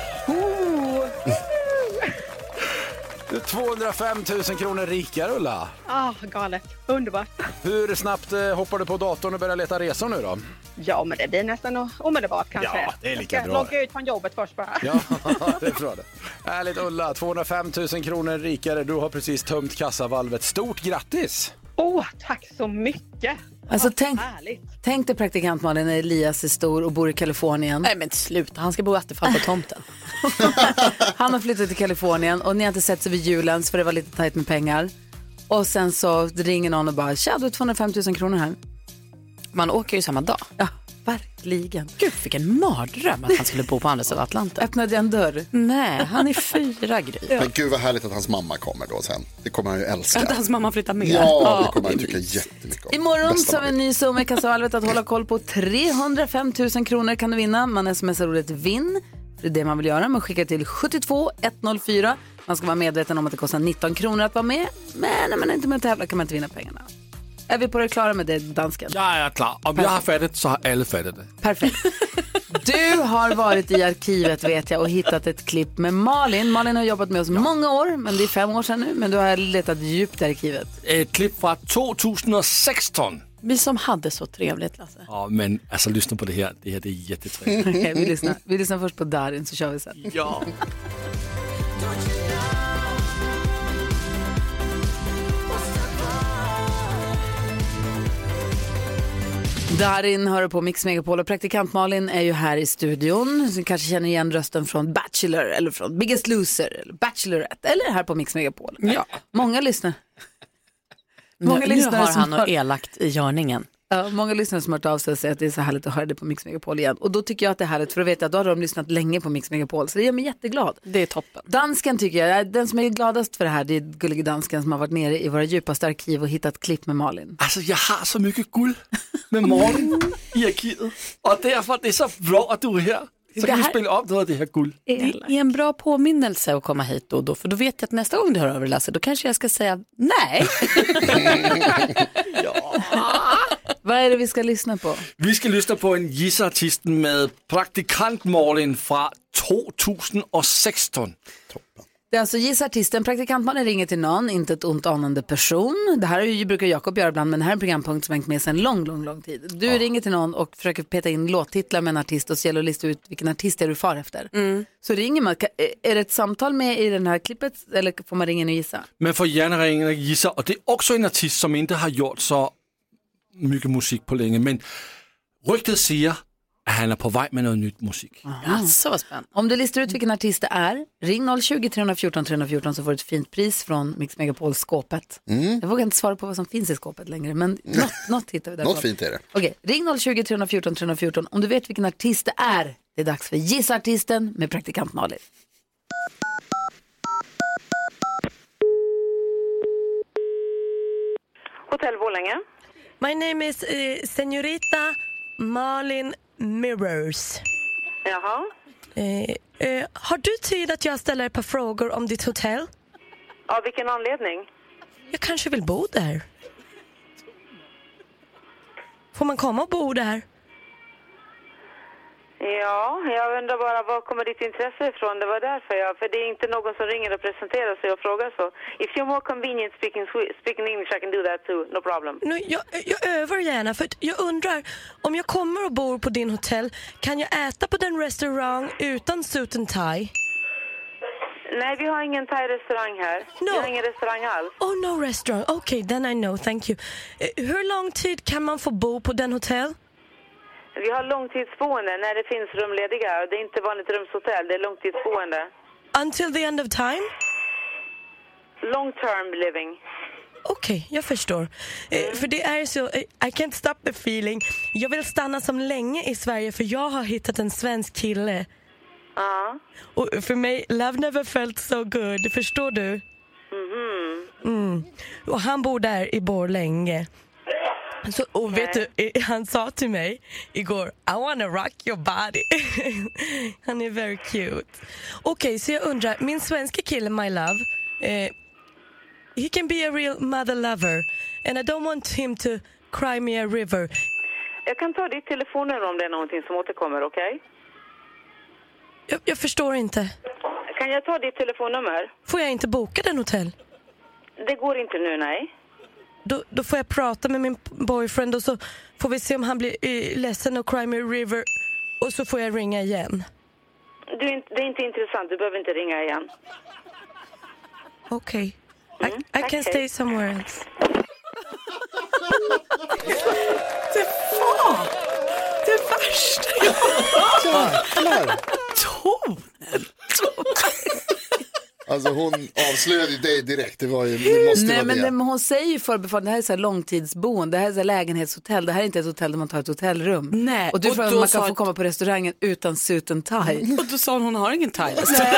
Du är 205 000 kronor rikare, Ulla. Galet. Underbart. Hur snabbt hoppar du på datorn och börjar leta resor nu då? Ja, men det blir nästan omedelbart kanske. Ja, det är lika bra. Jag ska logga ut från jobbet först bara. Ja, det är bra det. Härligt, Ulla. 205 000 kronor rikare. Du har precis tömt kassavalvet. Stort grattis! Tack så mycket. Alltså tänk dig praktikant Malin när Elias är stor och bor i Kalifornien. Nej men sluta, han ska bo i Attefall på tomten. Han har flyttat till Kalifornien och ni har inte sett sig vid julen för det var lite tajt med pengar. Och sen så ringer någon och bara, tja, du har 205 000 kronor här. Man åker ju samma dag. Ja, verkligen. Gud, vilken mardröm att han skulle bo på andra sidan Atlanten. Öppnade en dörr? Nej, han är 4 grejer. Men gud vad härligt att hans mamma kommer då sen. Det kommer han ju älska. Att hans mamma flyttar med. Ja, det kommer han tycka jättemycket om. Imorgon så har vi en ny summa i kassavalvet att hålla koll på. 305 000 kronor kan du vinna. Man smsar ordet vinn. Det är det man vill göra. Man skickar till 72 104. Man ska vara medveten om att det kostar 19 kronor att vara med. Men när man är inte med att tävla kan man inte vinna pengarna. Är vi på det klara med det, dansken? Jag är klar. Om jag har fattat så har alla fattat det. Perfekt. Du har varit i arkivet vet jag och hittat ett klipp med Malin. Malin har jobbat med oss många år, men det är 5 år sedan nu. Men du har letat djupt i arkivet. Ett klipp från 2016. Vi som hade så trevligt, Lasse. Ja, men alltså lyssna på det här. Det här är jättetrevligt. Okay, vi lyssnar först på Darin så kör vi sen. Ja. Darin hör på Mix Megapol och praktikant Malin är ju här i studion. Så kanske känner igen rösten från Bachelor eller från Biggest Loser eller Bachelorette eller här på Mix Megapol. Ja. Många lyssnar. Nu har han och elakt i görningen. Ja, många lyssnare som har hört av sig och säger att det är så härligt att höra det på Mix Megapol igen. Och då tycker jag att det är härligt för att veta att då har de lyssnat länge på Mix Megapol. Så det gör mig jätteglad. Det är toppen. Dansken tycker jag, den som är gladast för det här, det är gullige dansken som har varit nere i våra djupaste arkiv och hittat klipp med Malin. Alltså jag har så mycket guld med Malin i arkivet. Och därför det är så bra att du är här. Så kan vi spela upp det här guld. Det är en bra påminnelse att komma hit då, för då vet jag att nästa gång du hör över Lasse, då kanske jag ska säga nej. Vad är det vi ska lyssna på? Vi ska lyssna på en Gissa-artisten med Praktikant Malin från 2016. Det är alltså Gissa-artisten, Praktikant Malin ringer till någon, inte ett ont anande person. Det här brukar Jakob göra ibland, men det här är en programpunkt som hängt med sig en lång tid. Du ringer till någon och försöker peta in låttitlar med en artist och så gäller att lista ut vilken artist är du far efter. Så ringer man, är det ett samtal med i den här klippet eller får man ringa och gissa? Man får gärna ringa och gissa, och det är också en artist som inte har gjort så mycket musik på länge, men ryktet säger att han är på väg med något nytt musik. Så vad spännande. Om du listar ut vilken artist det är, ring 020 314 314 så får du ett fint pris från Mix Megapols skåpet. Jag vågar inte svara på vad som finns i skåpet längre, men något hittar vi där. Något fint är det. Okej, ring 020 314 314 om du vet vilken artist det är. Det är dags för Gissa-artisten med Praktikant Malin. Hotell Borlänge. My name is Señorita Malin Mirrors. Jaha. Har du tid att jag ställer ett par frågor om ditt hotell? Av vilken anledning? Jag kanske vill bo där. Får man komma och bo där? Ja, jag undrar bara var kommer ditt intresse ifrån? Det var därför för det är inte någon som ringer och presenterar sig och frågar så. If you're more convenient speaking English I can do that too, no problem. Nu, jag övar gärna för jag undrar om jag kommer och bor på din hotell, kan jag äta på den restaurang utan suit and tie? Nej, vi har ingen thai-restaurang här. No. Vi har ingen restaurang alls. Oh, no restaurant. Okay, then I know, thank you. Hur lång tid kan man få bo på den hotell? Vi har långtidsboende när det finns rum lediga. Det är inte vanligt rumshotell, det är långtidsboende. Until the end of time? Long term living. Okej, jag förstår. För det är så, I can't stop the feeling. Jag vill stanna som länge i Sverige för jag har hittat en svensk kille. Och för mig, love never felt so good, förstår du? Och han bor där i Borlänge. Så, och vet du, han sa till mig igår, I wanna rock your body. Han är very cute. Okej, så jag undrar, min svenska kille, my love, he can be a real mother lover. And I don't want him to cry me a river. Jag kan ta ditt telefonnummer om det är någonting som återkommer, okej? Jag förstår inte. Kan jag ta ditt telefonnummer? Får jag inte boka den hotell? Det går inte nu, nej. Då får jag prata med min boyfriend och så får vi se om han blir ledsen och cry me a river. Och så får jag ringa igen. Det är inte intressant, du behöver inte ringa igen. Okej. I can stay somewhere else. Det värsta jag hört. Tonen. Alltså hon avslöjade dig direkt. Det var ju, det måste Nej, vara men det. hon säger ju förbifart, det här är så här långtidsboende, det här är så här lägenhetshotell, det här är inte ett hotell där man tar ett hotellrum. Nej. Och du frågar och om man kan få komma på restaurangen utan suit and tie. Och då sa hon har ingen tie.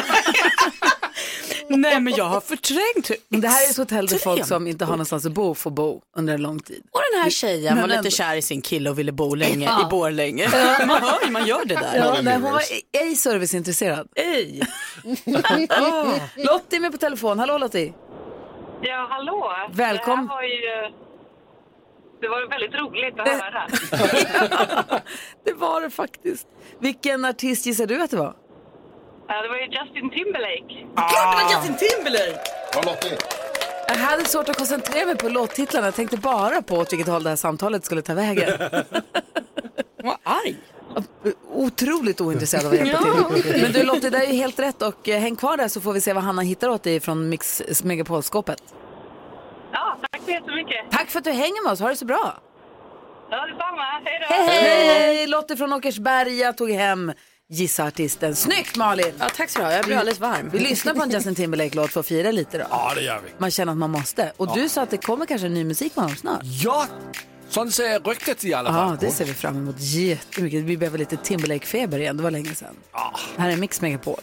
Nej, men jag har förträngt. Men det här är ett hotell där folk som inte har någonstans att bo får bo under en lång tid. Och den här tjejen var lite kär i sin kille och ville bo länge i Borlänge. Man hör ju, man gör det där. Ja, nej, hon var ej serviceintresserad. Ej. Lottie är med på telefon. Hallå Lottie. Ja, hallå. Välkommen. Det var väldigt roligt att höra. Det var det faktiskt. Vilken artist gissar du att det var? Ja, det var ju Justin Timberlake. Klart det var Justin Timberlake! Ja, Lottie. Jag hade svårt att koncentrera mig på låttitlarna. Jag tänkte bara på åt vilket håll det här samtalet skulle ta vägen. Vad arg. Otroligt ointresserad av att hjälpa till. Men du Lottie, det är ju helt rätt. Och häng kvar där så får vi se vad Hanna hittar åt dig från Mix Megapol-skåpet. Ja, tack så jättemycket. Tack för att du hänger med oss. Ha det så bra. Ja, detsamma. Hej då. Hej! Lottie från Åkersberga tog hem Gissa-artisten. Snyggt Malin! Ja, tack så du ha. Jag blir alldeles varm. Vi lyssnar på en Justin Timberlake-låt för att fira lite då. Ja, det gör vi. Man känner att man måste. Och du sa att det kommer kanske ny musik med honom snart. Ja, sånt säger ryktet i alla fall. Ja, det ser vi fram emot jättemycket. Vi behöver lite Timberlake-feber igen. Det var länge sedan. Ja. Det här är Mix Megapol.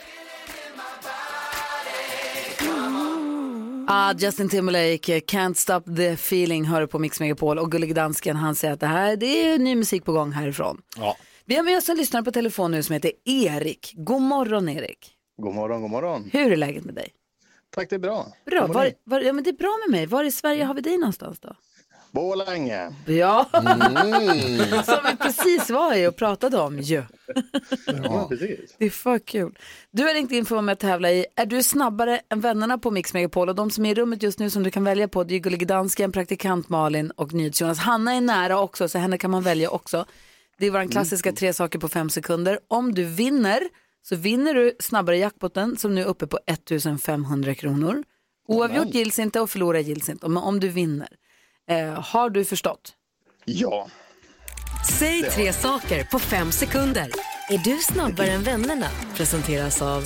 Justin Timberlake, Can't Stop the Feeling, hör på Mix Megapol. Och Gullig Dansken, han säger att det är ny musik på gång härifrån. Ja. Vi har med oss en lyssnare på telefon nu som heter Erik. God morgon Erik. God morgon, god morgon. Hur är läget med dig? Tack, det är bra. Bra, ja, men det är bra med mig. Var i Sverige har vi dig någonstans då? Borlänge. Ja, som vi precis var i och pratade om ju. Ja, precis. Det är för kul. Du har ringt in för att vara med att tävla i. Är du snabbare än vännerna på Mix Megapol? Och de som är i rummet just nu som du kan välja på, det är Gullige Dansken, praktikant Malin och NyhetsJonas. Hanna är nära också, så henne kan man välja också. Det är vår klassiska 3 saker på 5 sekunder. Om du vinner så vinner du snabbare jackpotten som nu är uppe på 1500 kronor. Oavgjort gills inte och förlora gills inte. Men om du vinner. Har du förstått? Ja. Säg 3 saker på 5 sekunder. Är du snabbare än vännerna? Presenteras av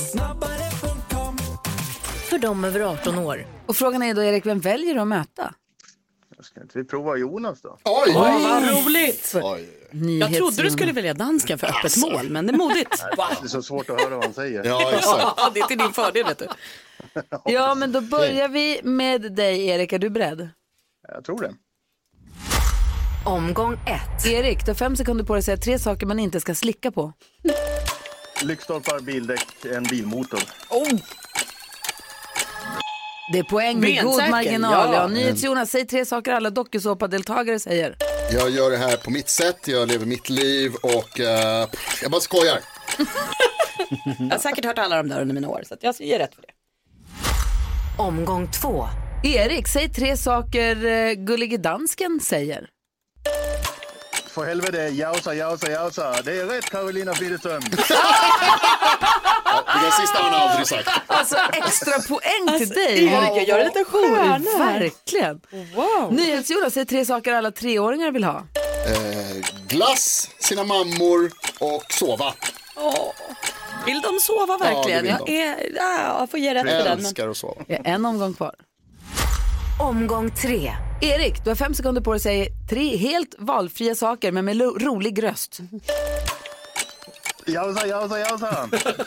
för dem över 18 år. Och frågan är då, Erik, vem väljer du att möta? Ska inte vi prova Jonas då? Oj, vad roligt! Jag trodde du skulle Jonas. välja dansken för öppet mål, men det är modigt. Det är så svårt att höra vad han säger. Ja, exakt. Det är till din fördel, vet du. Ja, men då börjar vi med dig, Erik. Är du beredd? Jag tror det. Omgång 1. Erik, du har 5 sekunder på dig att säga 3 saker man inte ska slicka på. Lyktstolpar, bildäck, en bilmotor. Det är poäng med god marginal. Ja. NyhetsJonas, säg 3 saker alla dokusåpa-deltagare säger. Jag gör det här på mitt sätt, jag lever mitt liv och jag bara skojar. Jag har säkert hört alla de där under mina år, så att jag ger rätt för det. Omgång 2. Erik, säg 3 saker Gullige Dansken säger. För helvete, jausa. Det är rätt, Carolina Widerström. Det sista har han aldrig sagt. Alltså extra poäng till dig. Erik, jag gör en liten stjärna. Verkligen. Wow. NyhetsJonas, säg 3 saker alla 3-åringar vill ha. Glass, sina mammor och sova. Vill de sova verkligen? Ja, Jag får ge rätt för den. Jag älskar att sova. En omgång kvar. Omgång 3. Erik, du har 5 sekunder på dig att säga 3 helt valfria saker men med rolig röst. Jausa.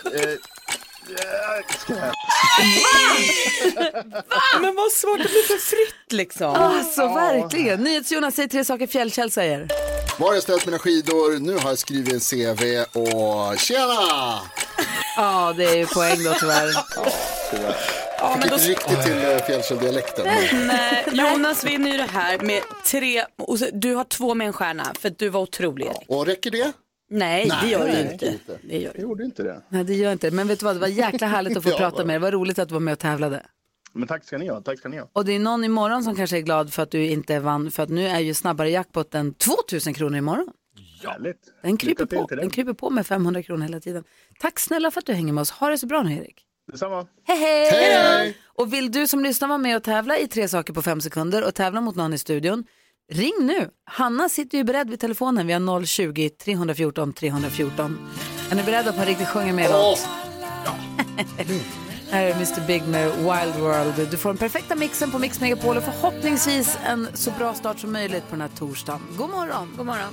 Men vad svårt att bli för fritt liksom. Alltså verkligen. NyhetsJonas, säg 3 saker Fjällkäll säger. Var har jag ställt mina skidor? Nu har jag skrivit en CV och tjena! Ja, det är ju poäng då tyvärr. Jag fick inte riktigt till Fjällkäll-dialekten. Nej, Jonas vinner ju det här med 3. Och du har 2 med en stjärna för att du var otrolig. Och räcker det? Nej, det gör det inte. Det gjorde inte det. Nej, det gör inte. Men vet du vad, det var jäkla härligt att få prata med dig. Det var roligt att du var med och tävlade. Men tack ska ni ha. Och det är någon imorgon som kanske är glad för att du inte vann. För att nu är ju snabbare jackpotten 2000 kronor imorgon. Härligt. Den kryper på med 500 kronor hela tiden. Tack snälla för att du hänger med oss. Ha det så bra nu, Erik. Detsamma. Hej! Och vill du som lyssnar vara med och tävla i 3 saker på 5 sekunder och tävla mot någon i studion, ring nu. Hanna sitter ju beredd vid telefonen. Vi har 020-314 314. Är ni beredda på att riktigt sjunga med oss? Här är Mr. Big med Wild World. Du får den perfekta mixen på Mix Megapol och förhoppningsvis en så bra start som möjligt på den här torsdagen. God morgon. God morgon.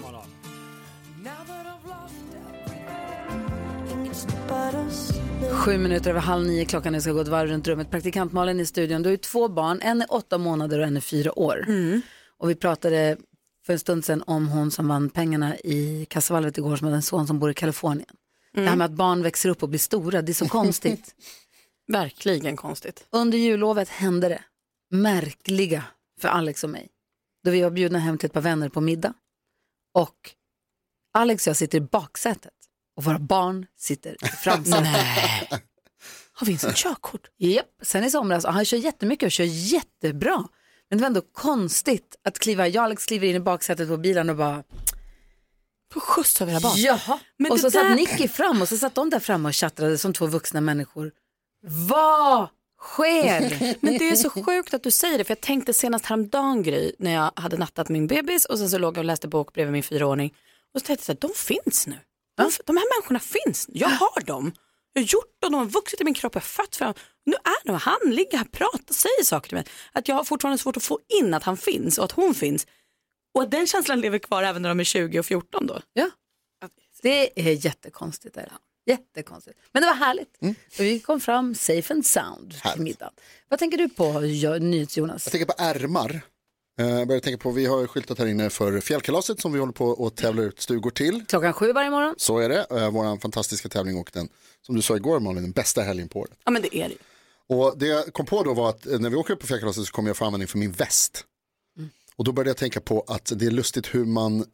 7:07 klockan. Jag ska gå ett varv runt rummet. Praktikant Malin i studion. Du har ju 2 barn. En är 8 månader och en är 4 år. Och vi pratade för en stund sedan om hon som vann pengarna i kassavalvet igår som hade en son som bor i Kalifornien. Det här med att barn växer upp och blir stora, det är så konstigt. Verkligen konstigt. Under jullovet hände det märkliga för Alex och mig. Då vi var bjudna hem till ett par vänner på middag. Och Alex och jag sitter i baksätet. Och våra barn sitter i framsätet. Har vi en körkort? Japp, sen i somras. Och han kör jättemycket och kör jättebra. Men det var ändå konstigt att Alex kliver in i baksätet på bilen och bara... På skjuts av era barn? Jaha. Och så satt Nicky fram och så satt de där framme och chattrade som 2 vuxna människor. Vad sker? Men det är så sjukt att du säger det. För jag tänkte senast häromdagen, Gry, när jag hade nattat min bebis och sen så låg jag och läste bok bredvid min 4-åring. Och så tänkte jag så här, de finns nu. De här människorna finns. Jag har dem. Jag har gjort dem. De har vuxit i min kropp. Jag har fött för dem. Nu är de. Han ligger här, pratar, säger saker till mig. Att jag har fortfarande svårt att få in att han finns och att hon finns. Och att den känslan lever kvar även när de är 20 och 14 då. Ja, det är jättekonstigt. Jättekonstigt. Men det var härligt. Så vi kom fram safe and sound till middagen. Vad tänker du på, NyhetsJonas? Jag tänker på ärmar. Jag börjar tänka på, vi har skyltat här inne för fjällkalaset som vi håller på och tävlar ut stugor till. 7:00 varje morgon. Så är det, vår fantastiska tävling och den, som du sa igår Malin, den bästa helgen på året. Ja men det är det. Och det jag kom på då var att när vi åker upp på fjällkalaset så kommer jag få användning för min väst. Och då började jag tänka på att det är lustigt hur man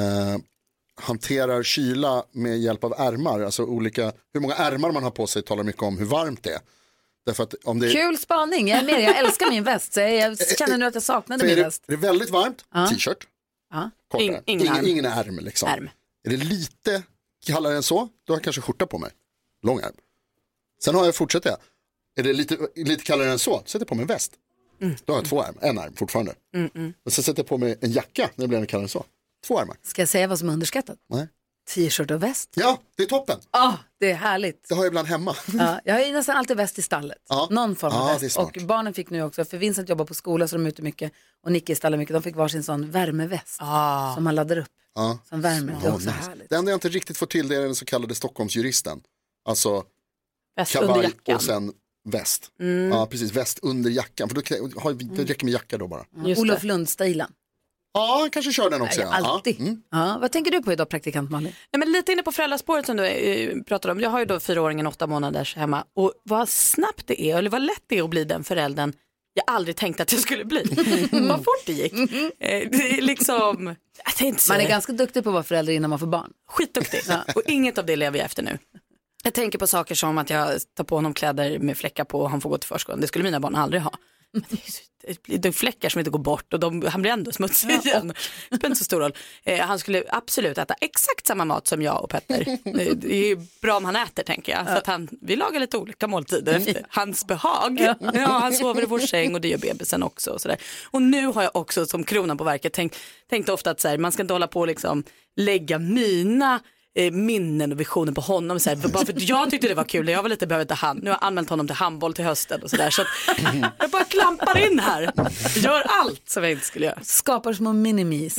hanterar kyla med hjälp av ärmar. Alltså hur många ärmar man har på sig talar mycket om hur varmt det är. Därför att om det är... Kul spaning, jag är med, jag älskar min väst. Så jag känner nu att jag saknade min väst. Är det väldigt varmt, t-shirt. Ingen ärm liksom. Är det lite kallare än så, då har jag kanske skjorta på mig. Lång ärm. Sen har jag fortsatt det. Är det lite kallare än så, sätter jag på mig en väst. Då har jag 2 ärm, en ärm fortfarande. Och sen sätter jag på mig en jacka när det blir kallare än så. 2 ärmar. Ska jag säga vad som är underskattat? Nej. T-shirt och väst. Ja, det är toppen. Det är härligt. Det har jag ibland hemma. Jag har ju nästan alltid väst i stallet. Någon form av väst. Och barnen fick nu också, för Vincent jobbar på skola så de är ute mycket. Och Nicky i stallet mycket. De fick varsin sån värmeväst. Som man laddar upp. Som värmer. Det är också härligt. Det enda jag inte riktigt får till det är den så kallade Stockholmsjuristen. Alltså väst under jackan. Och sen väst. Ja, precis. Väst under jackan. För det räcker med jacka då bara. Olof Lund-stilen. Ja, kanske kör den också. Alltid. Vad tänker du på idag, praktikant Malin? Nej, men lite inne på föräldraspåret som du pratade om. Jag har ju då 4-åringen 8 månaders hemma. Och vad snabbt det är, eller vad lätt det är att bli den föräldern jag aldrig tänkte att jag skulle bli. Vad fort det gick. Det är liksom... Man är ganska duktig på att vara förälder innan man får barn. Skitduktig. Och inget av det lever jag efter nu. Jag tänker på saker som att jag tar på honom kläder med fläckar på och han får gå till förskolan. Det skulle mina barn aldrig ha. Det är fläckar som inte går bort och han blir ändå smutsig igen. Det spelar inte så stor roll. Han skulle absolut äta exakt samma mat som jag och Petter. Det är bra om han äter, tänker jag. För att vi lagar lite olika måltider efter hans behag. Han sover i vår säng och det gör bebisen också. Och, sådär. Och nu har jag också som kronan på verket tänkt ofta att så här, man ska inte hålla på och liksom lägga mina minnen och visioner på honom så här, bara för att jag tyckte det var kul. Jag var lite behövt ta hand. Nu har jag anmält honom till handboll till hösten och sådär. Så att jag bara klampar in här. Gör allt som jag inte skulle göra. Skapar små minimis.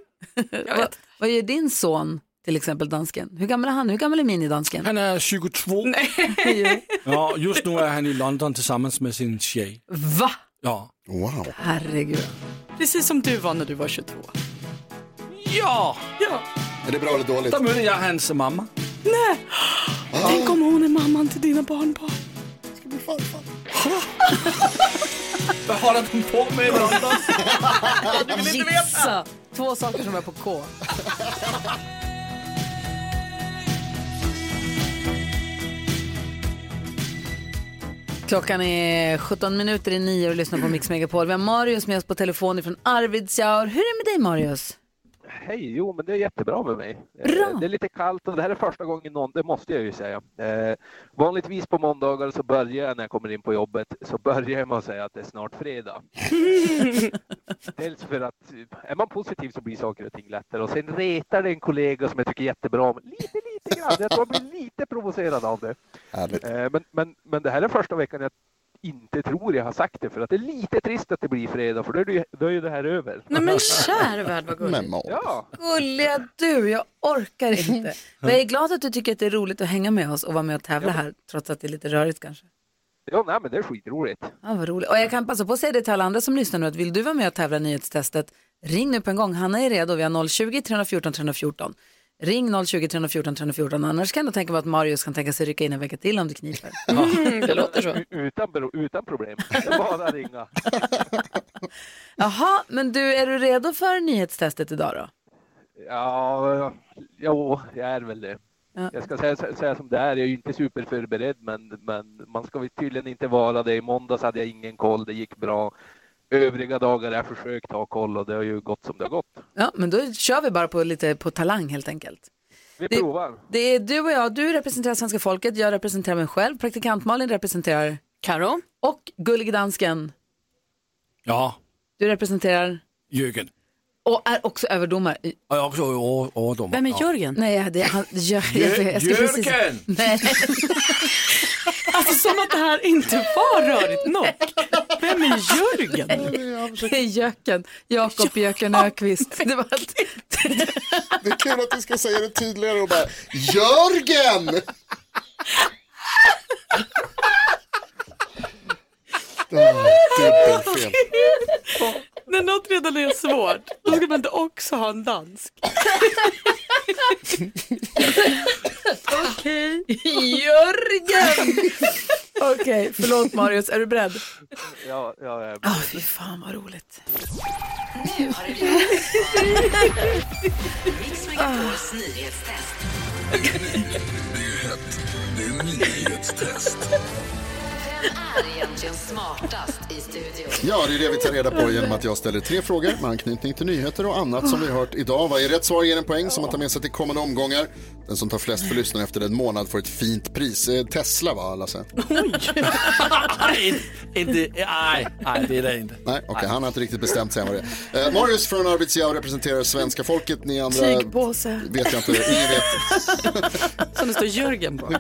Vad gör din son till exempel, dansken? Hur gammal är han? Hur gammal är minidansken? Han är 22. Ja, just nu är han i London tillsammans med sin tjej. Va? Ja. Wow. Herregud. Precis som du var när du var 22. Ja. Är det bra eller dåligt? Då möter jag hans mamma. Nej. Tänk om hon är mamman till dina barnbarn. Ska bli farfar. Vad håller de på med i London? Jag vill inte veta. 2 saker som är på K. Klockan är 17:17 och lyssnar på Mix Megapol. Vi har Marius med oss på telefon från Arvidsjaur. Hur är det med dig, Marius? Hej, jo men det är jättebra med mig. Bra. Det är lite kallt och det här är första gången det måste jag ju säga. Vanligtvis på måndagar så börjar jag när jag kommer in på jobbet så börjar jag med att säga att det är snart fredag. Dels för att är man positiv så blir saker och ting lättare och sen retar det en kollega som jag tycker är jättebra om lite grann. Jag tror jag blir lite provocerad av det. Men det här är första veckan jag inte tror jag har sagt det för att det är lite trist att det blir fredag för då är ju det här över. Nej men kär värld vad gulligt. Ja. Gulliga du, jag orkar inte. Men jag är glad att du tycker att det är roligt att hänga med oss och vara med och tävla här trots att det är lite rörigt kanske. Ja, nej men det är skitroligt. Ja, vad roligt. Och jag kan passa på att säga det till alla andra som lyssnar nu att vill du vara med och tävla i nyhetstestet, ring nu på en gång. Hanna är redo, vi har 020-314-314. Ring 020-314-314, annars kan jag tänka mig att Marius kan tänka sig rycka in en vecka till om det kniper. Det låter så. Utan problem, bara ringa. Jaha, men är du redo för nyhetstestet idag då? Ja, jag är väl det. Ja. Jag ska säga som det är, jag är ju inte superförberedd men man ska väl tydligen inte vara det. I måndags hade jag ingen koll, det gick bra. Övriga dagar har jag försökt ha koll och det har ju gått som det har gått. Ja, men då kör vi bara på talang helt enkelt. Vi provar. Det är du och jag, du representerar svenska folket, jag representerar mig själv, praktikant Malin representerar Karo och gullig dansken. Ja. Du representerar Jörgen. Och är också överdomare. Och jag också överdomare. Vem är Jörgen? Nej, det är han. Jörgen! Nej. Alltså som att det här inte var rörigt nog. Vem är Jörgen? Det är Jöken. Jakob Jöken Öqvist. Det är kul att du ska säga det tydligare och bara Jörgen! När något redan är svårt, då ska man inte också ha en dansk. Okej. Jörgen! Okej, förlåt Marius, är du beredd? Ja, jag är beredd. Fy fan vad roligt. Nu har det blivit Mix Megapols nyhetstest. Det är nyhetstest. Vem är egentligen smartast i studion? Ja, det är det vi tar reda på genom att jag ställer 3 frågor med anknytning till nyheter och annat som vi har hört idag. Varje rätt svar ger en poäng som man tar med sig till kommande omgångar. Den som tar flest för lyssnaren efter en månad får ett fint pris. Tesla, va, Lasse? Nej, det är det inte. Nej, okej, han har inte riktigt bestämt sig än vad det är. Marius från Arvidsjaur representerar svenska folket. Ni andra tygpåse. Vet jag inte, ingen vet. Som det står Jörgen på.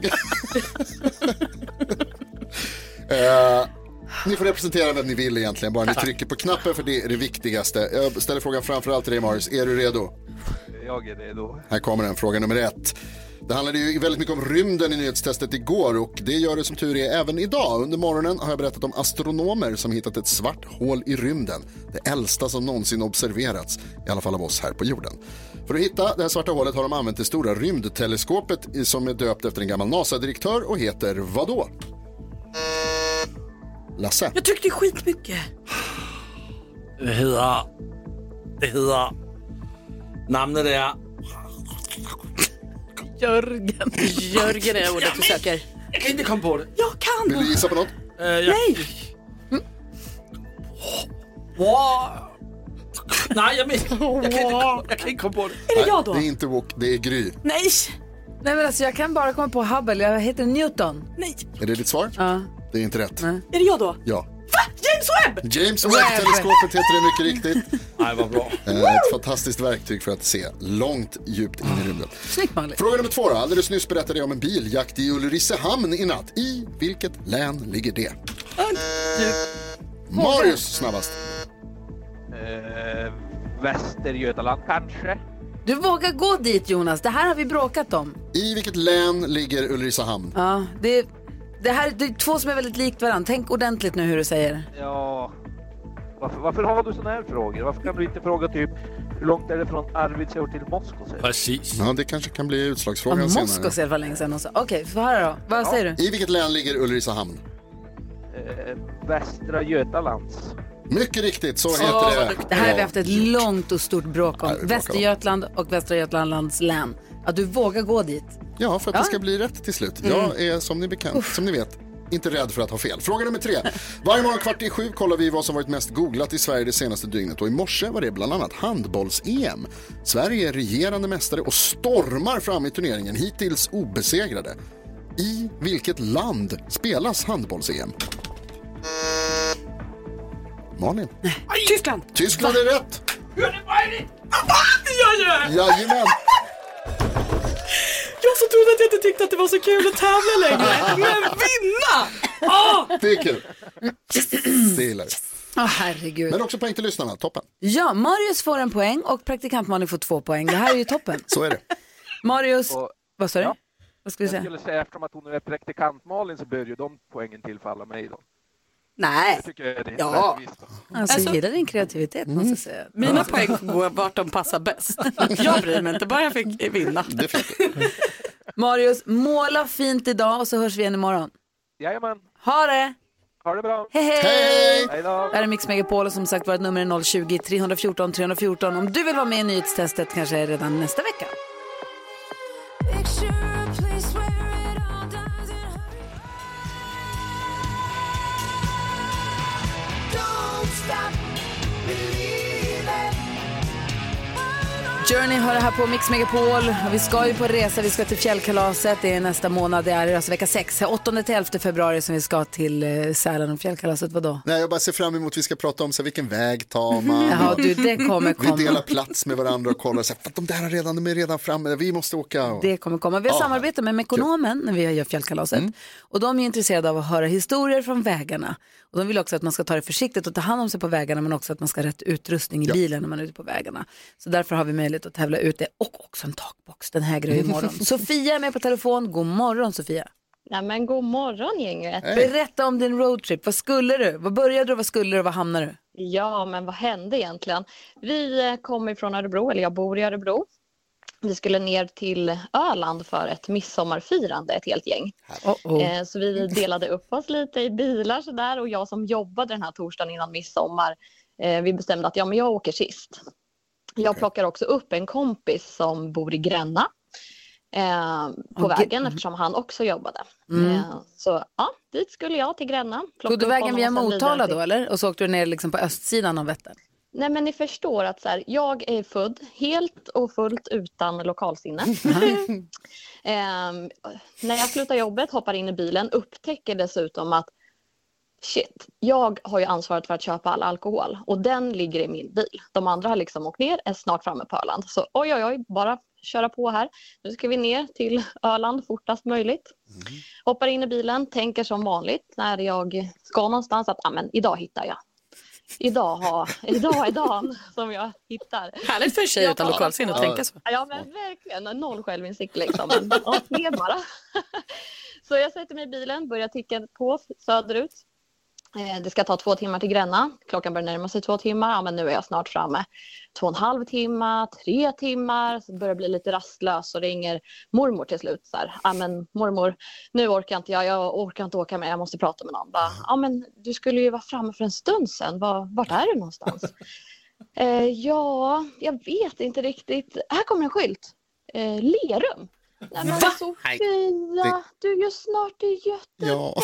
Ni får representera vem ni vill egentligen. Bara ni trycker på knappen, för det är det viktigaste. Jag ställer frågan framförallt till dig, Marius. Är du redo? Jag är redo. Här kommer den, fråga nummer 1. Det handlade ju väldigt mycket om rymden i nyhetstestet igår, och det gör det som tur är även idag. Under morgonen har jag berättat om astronomer som hittat ett svart hål i rymden. Det äldsta som någonsin observerats, i alla fall av oss här på jorden. För att hitta det här svarta hålet har de använt det stora rymdteleskopet som är döpt efter en gammal NASA-direktör och heter vadå? Lasse? Jag tyckte skitmycket. Det hedder... Namnet är... Jörgen. Jörgen är ordet du söker. Jag kan inte komma på det. Jag kan. Vill du gissa på något? Nej. Nej, jag kan inte komma på det. Är det jag då? Det är inte Wok, det är Gry. Nej. Nej, men alltså jag kan bara komma på Hubble. Jag heter Newton. Nej. Är det ditt svar? Ja. Det är inte rätt. Nej. Är det jag då? Ja. Va? James Webb! James Webb-teleskopet heter det mycket riktigt. Nej, vad bra. Ett fantastiskt verktyg för att se långt djupt in i rymden. Snyggt, Malin. Fråga nummer 2 då. Alldeles nyss berättade jag om en biljakt i Ulricehamn i natt. I vilket län ligger det? Marius snabbast. Västergötaland kanske. Du vågar gå dit, Jonas. Det här har vi bråkat om. I vilket län ligger Ulricehamn? Ja, det är 2 som är väldigt likt varandra. Tänk ordentligt nu hur du säger. Ja, varför har du såna här frågor? Varför kan du inte fråga typ hur långt är det från Arvidsjaur till Moskva? Precis. Ja, det kanske kan bli utslagsfrågan senare. Moskva ser för länge sedan. Okej, få höra då. Vad säger du? I vilket län ligger Ulricehamn? Västra Götalands. Mycket riktigt, så heter det. Det här har vi haft ett långt och stort bråk om. Västergötland och Västra Götalands län. Att du vågar gå dit. Ja, för att det ska bli rätt till slut. Jag är, som ni vet, inte rädd för att ha fel. Fråga nummer 3. Varje morgon 6:15 kollar vi vad som varit mest googlat i Sverige det senaste dygnet. Och i morse var det bland annat handbolls-EM. Sverige är regerande mästare och stormar fram i turneringen, hittills obesegrade. I vilket land spelas handbolls-EM? Malin? Tyskland. Tyskland är rätt. Hur är det? Jajamän. Jag så trodde att jag inte tyckte att det var så kul att tävla längre. Men vinna! Det är kul. Det gillar jag. Herregud. Men också poäng till lyssnarna, toppen. Ja, Marius får en poäng och praktikant Malin får 2 poäng. Det här är ju toppen. Så är det. Marius, vad sa du? Ja. Vad skulle du säga? Jag skulle säga eftersom att hon är praktikant Malin så bör ju de poängen tillfalla mig då. Nej. Jag tycker det är rättvist. Alltså, jag gillar din kreativitet, måste jag säga. Mina poäng går vart de passar bäst. Jag bryr mig inte, bara jag fick vinna. Marius, måla fint idag och så hörs vi igen imorgon. Jajamän. Ha det! Ha det bra. Hej hej! Hej då. Det här är Mix Megapol och som sagt vårt nummer är 020-314 314. Om du vill vara med i nyhetstestet kanske redan nästa vecka. Journey har det här på Mix Megapol. Vi ska ju på resa, vi ska till fjällkalaset. Det är nästa månad, det är alltså vecka 6. 8-11 februari som vi ska till Sälen och fjällkalaset. Vadå? Nej, jag bara ser fram emot att vi ska prata om så vilken väg tar man. Ja, du, det kommer komma. Vi delar plats med varandra och kollar så här, för att de där är redan framme, vi måste åka. Och... Det kommer komma. Vi har samarbetat med Mekonomen när vi gör fjällkalaset. Och de är intresserade av att höra historier från vägarna. Och de vill också att man ska ta det försiktigt och ta hand om sig på vägarna, men också att man ska ha rätt utrustning i bilen när man är ute på vägarna. Så därför har vi möjlighet att tävla ut det och också en takbox. Den här grejen imorgon. Sofia är med på telefon. God morgon, Sofia. Nej, men god morgon, gänget. Berätta om din roadtrip. Vad skulle du? Vad började du? Vad skulle du? Vad hamnade du? Ja, men vad hände egentligen? Vi kommer från Örebro, eller jag bor i Örebro. Vi skulle ner till Öland för ett midsommarfirande, ett helt gäng. Så vi delade upp oss lite i bilar så där, och jag som jobbade den här torsdagen innan midsommar, vi bestämde att jag åker sist. Jag plockar också upp en kompis som bor i Gränna på vägen, eftersom han också jobbade. Så ja, dit skulle jag till Gränna. Tog du vägen via Motala då, eller? Och så åkte du ner liksom på östsidan av Vättern? Nej, men ni förstår att så här, jag är född helt och fullt utan lokalsinne. När jag slutar jobbet, hoppar in i bilen, upptäcker dessutom att shit, jag har ju ansvaret för att köpa all alkohol och den ligger i min bil. De andra har liksom åkt ner, är snart framme på Öland. Så oj, bara köra på här. Nu ska vi ner till Öland fortast möjligt. Hoppar in i bilen, tänker som vanligt när jag ska någonstans att men idag hittar jag. Idag är dagen som jag hittar. Härligt för en tjej utan lokalsinne att tänka så. Ja, men verkligen. Noll självinsikt liksom. Men ner bara. Så jag sätter mig i bilen, börjar ticka på söderut. Det ska ta 2 timmar till Gränna. Klockan börjar närma sig 2 timmar. Ja, men nu är jag snart framme. 2,5 timmar, 3 timmar. Så börjar jag bli lite rastlös och ringer mormor till slut. Så här, men mormor, nu orkar inte jag orkar inte åka med. Jag måste prata med någon. Bara, men du skulle ju vara framme för en stund sedan. Vart är du någonstans? Ja, jag vet inte riktigt. Här kommer en skylt. Lerum. Nej, men Sofia, du är ju snart i Göteborg.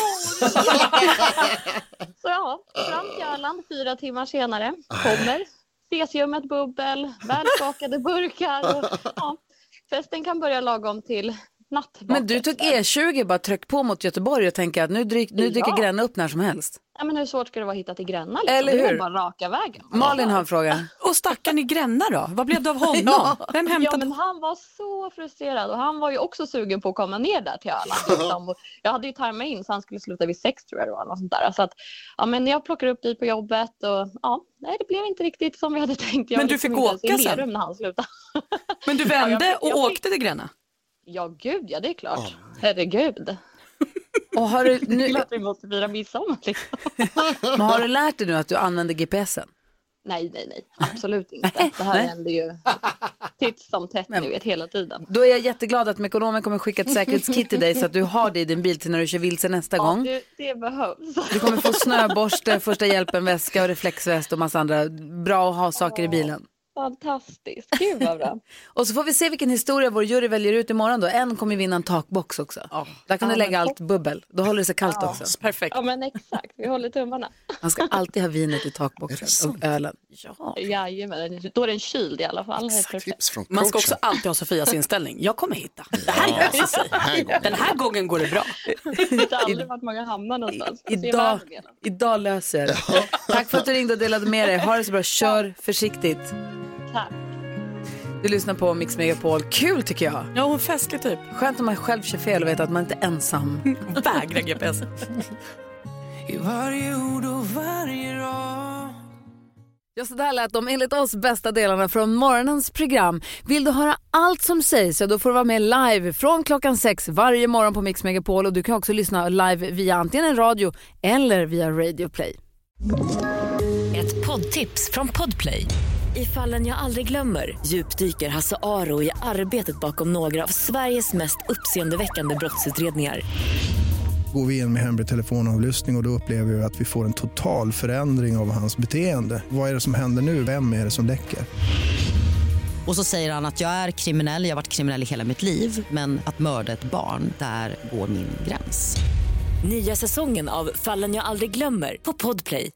Så fram till Öland 4 timmar senare. Kommer, cesiumet bubbel, välskakade burkar. Och, festen kan börja lagom till natt. Men du tog E20, bara tryck på mot Göteborg och tänker att nu dyker Gränna upp när som helst. Ja, men hur svårt ska det vara att hitta till Gränna? Liksom? Eller hur? Det är bara raka vägen. Malin har en fråga. Och stackaren i Gränna då? Vad blev det av honom? Vem hämtade? Ja, men han var så frustrerad och han var ju också sugen på att komma ner där till Öland. Liksom. Jag hade ju tajmat in så han skulle sluta vid 6 tror jag det var. Något sånt där. Så att, men jag plockar upp dit på jobbet och nej, det blev inte riktigt som vi hade tänkt. Men du fick åka sen? När han slutade. Men du vände och åkte till Gränna? Ja, gud, ja det är klart. Herregud. Och har du nu att vi måste fira midsommar liksom. Men har du lärt dig nu att du använder GPSen? Nej, absolut inte. Det här händer ju titt som tätt nu hela tiden. Då är jag jätteglad att Mekonomen kommer skicka ett säkerhetskit till dig så att du har det i din bil till när du kör vilse nästa gång. Det behövs. Du kommer få snöborste, första hjälpen-väska och reflexväst och massa andra bra att ha saker i bilen. Fantastiskt, gud vad bra. Och så får vi se vilken historia vår jury väljer ut imorgon då. En kommer vinna en takbox också. Där kan du lägga allt bubbel. Då håller det sig kallt också. Perfekt. Ja, men exakt, vi håller tummarna. Man ska alltid ha vinet i takboxen och ölen. Ja. Jajamän, då är den kyld i alla fall. Man ska också alltid ha Sofias inställning. Jag kommer hitta. Det här löser sig. Den här gången går det bra. Jag vet aldrig vart man kan hamna någonstans. Idag löser jag det. Tack för att du ringde och delade med dig. Ha det så bra. Kör försiktigt. Tack. Du lyssnar på Mix Megapol. Kul tycker jag. Ja, hon festlig typ. Skönt om man själv kör fel och vet att man inte är ensam. Vägra GPS. I varje ord och varje rad. Ja, så där lät de enligt oss bästa delarna från morgonens program. Vill du höra allt som sägs så då får du vara med live från klockan 6 varje morgon på Mix Megapol. Och du kan också lyssna live via antingen en radio eller via Radio Play. Ett poddtips från Podplay. I Fallen jag aldrig glömmer djupdyker Hasse Aro i arbetet bakom några av Sveriges mest uppseendeväckande brottsutredningar. Går vi in med hemlig telefonavlyssning och då upplever vi att vi får en total förändring av hans beteende. Vad är det som händer nu? Vem är det som läcker? Och så säger han att jag är kriminell, jag har varit kriminell i hela mitt liv. Men att mörda ett barn, där går min gräns. Nya säsongen av Fallen jag aldrig glömmer på Podplay.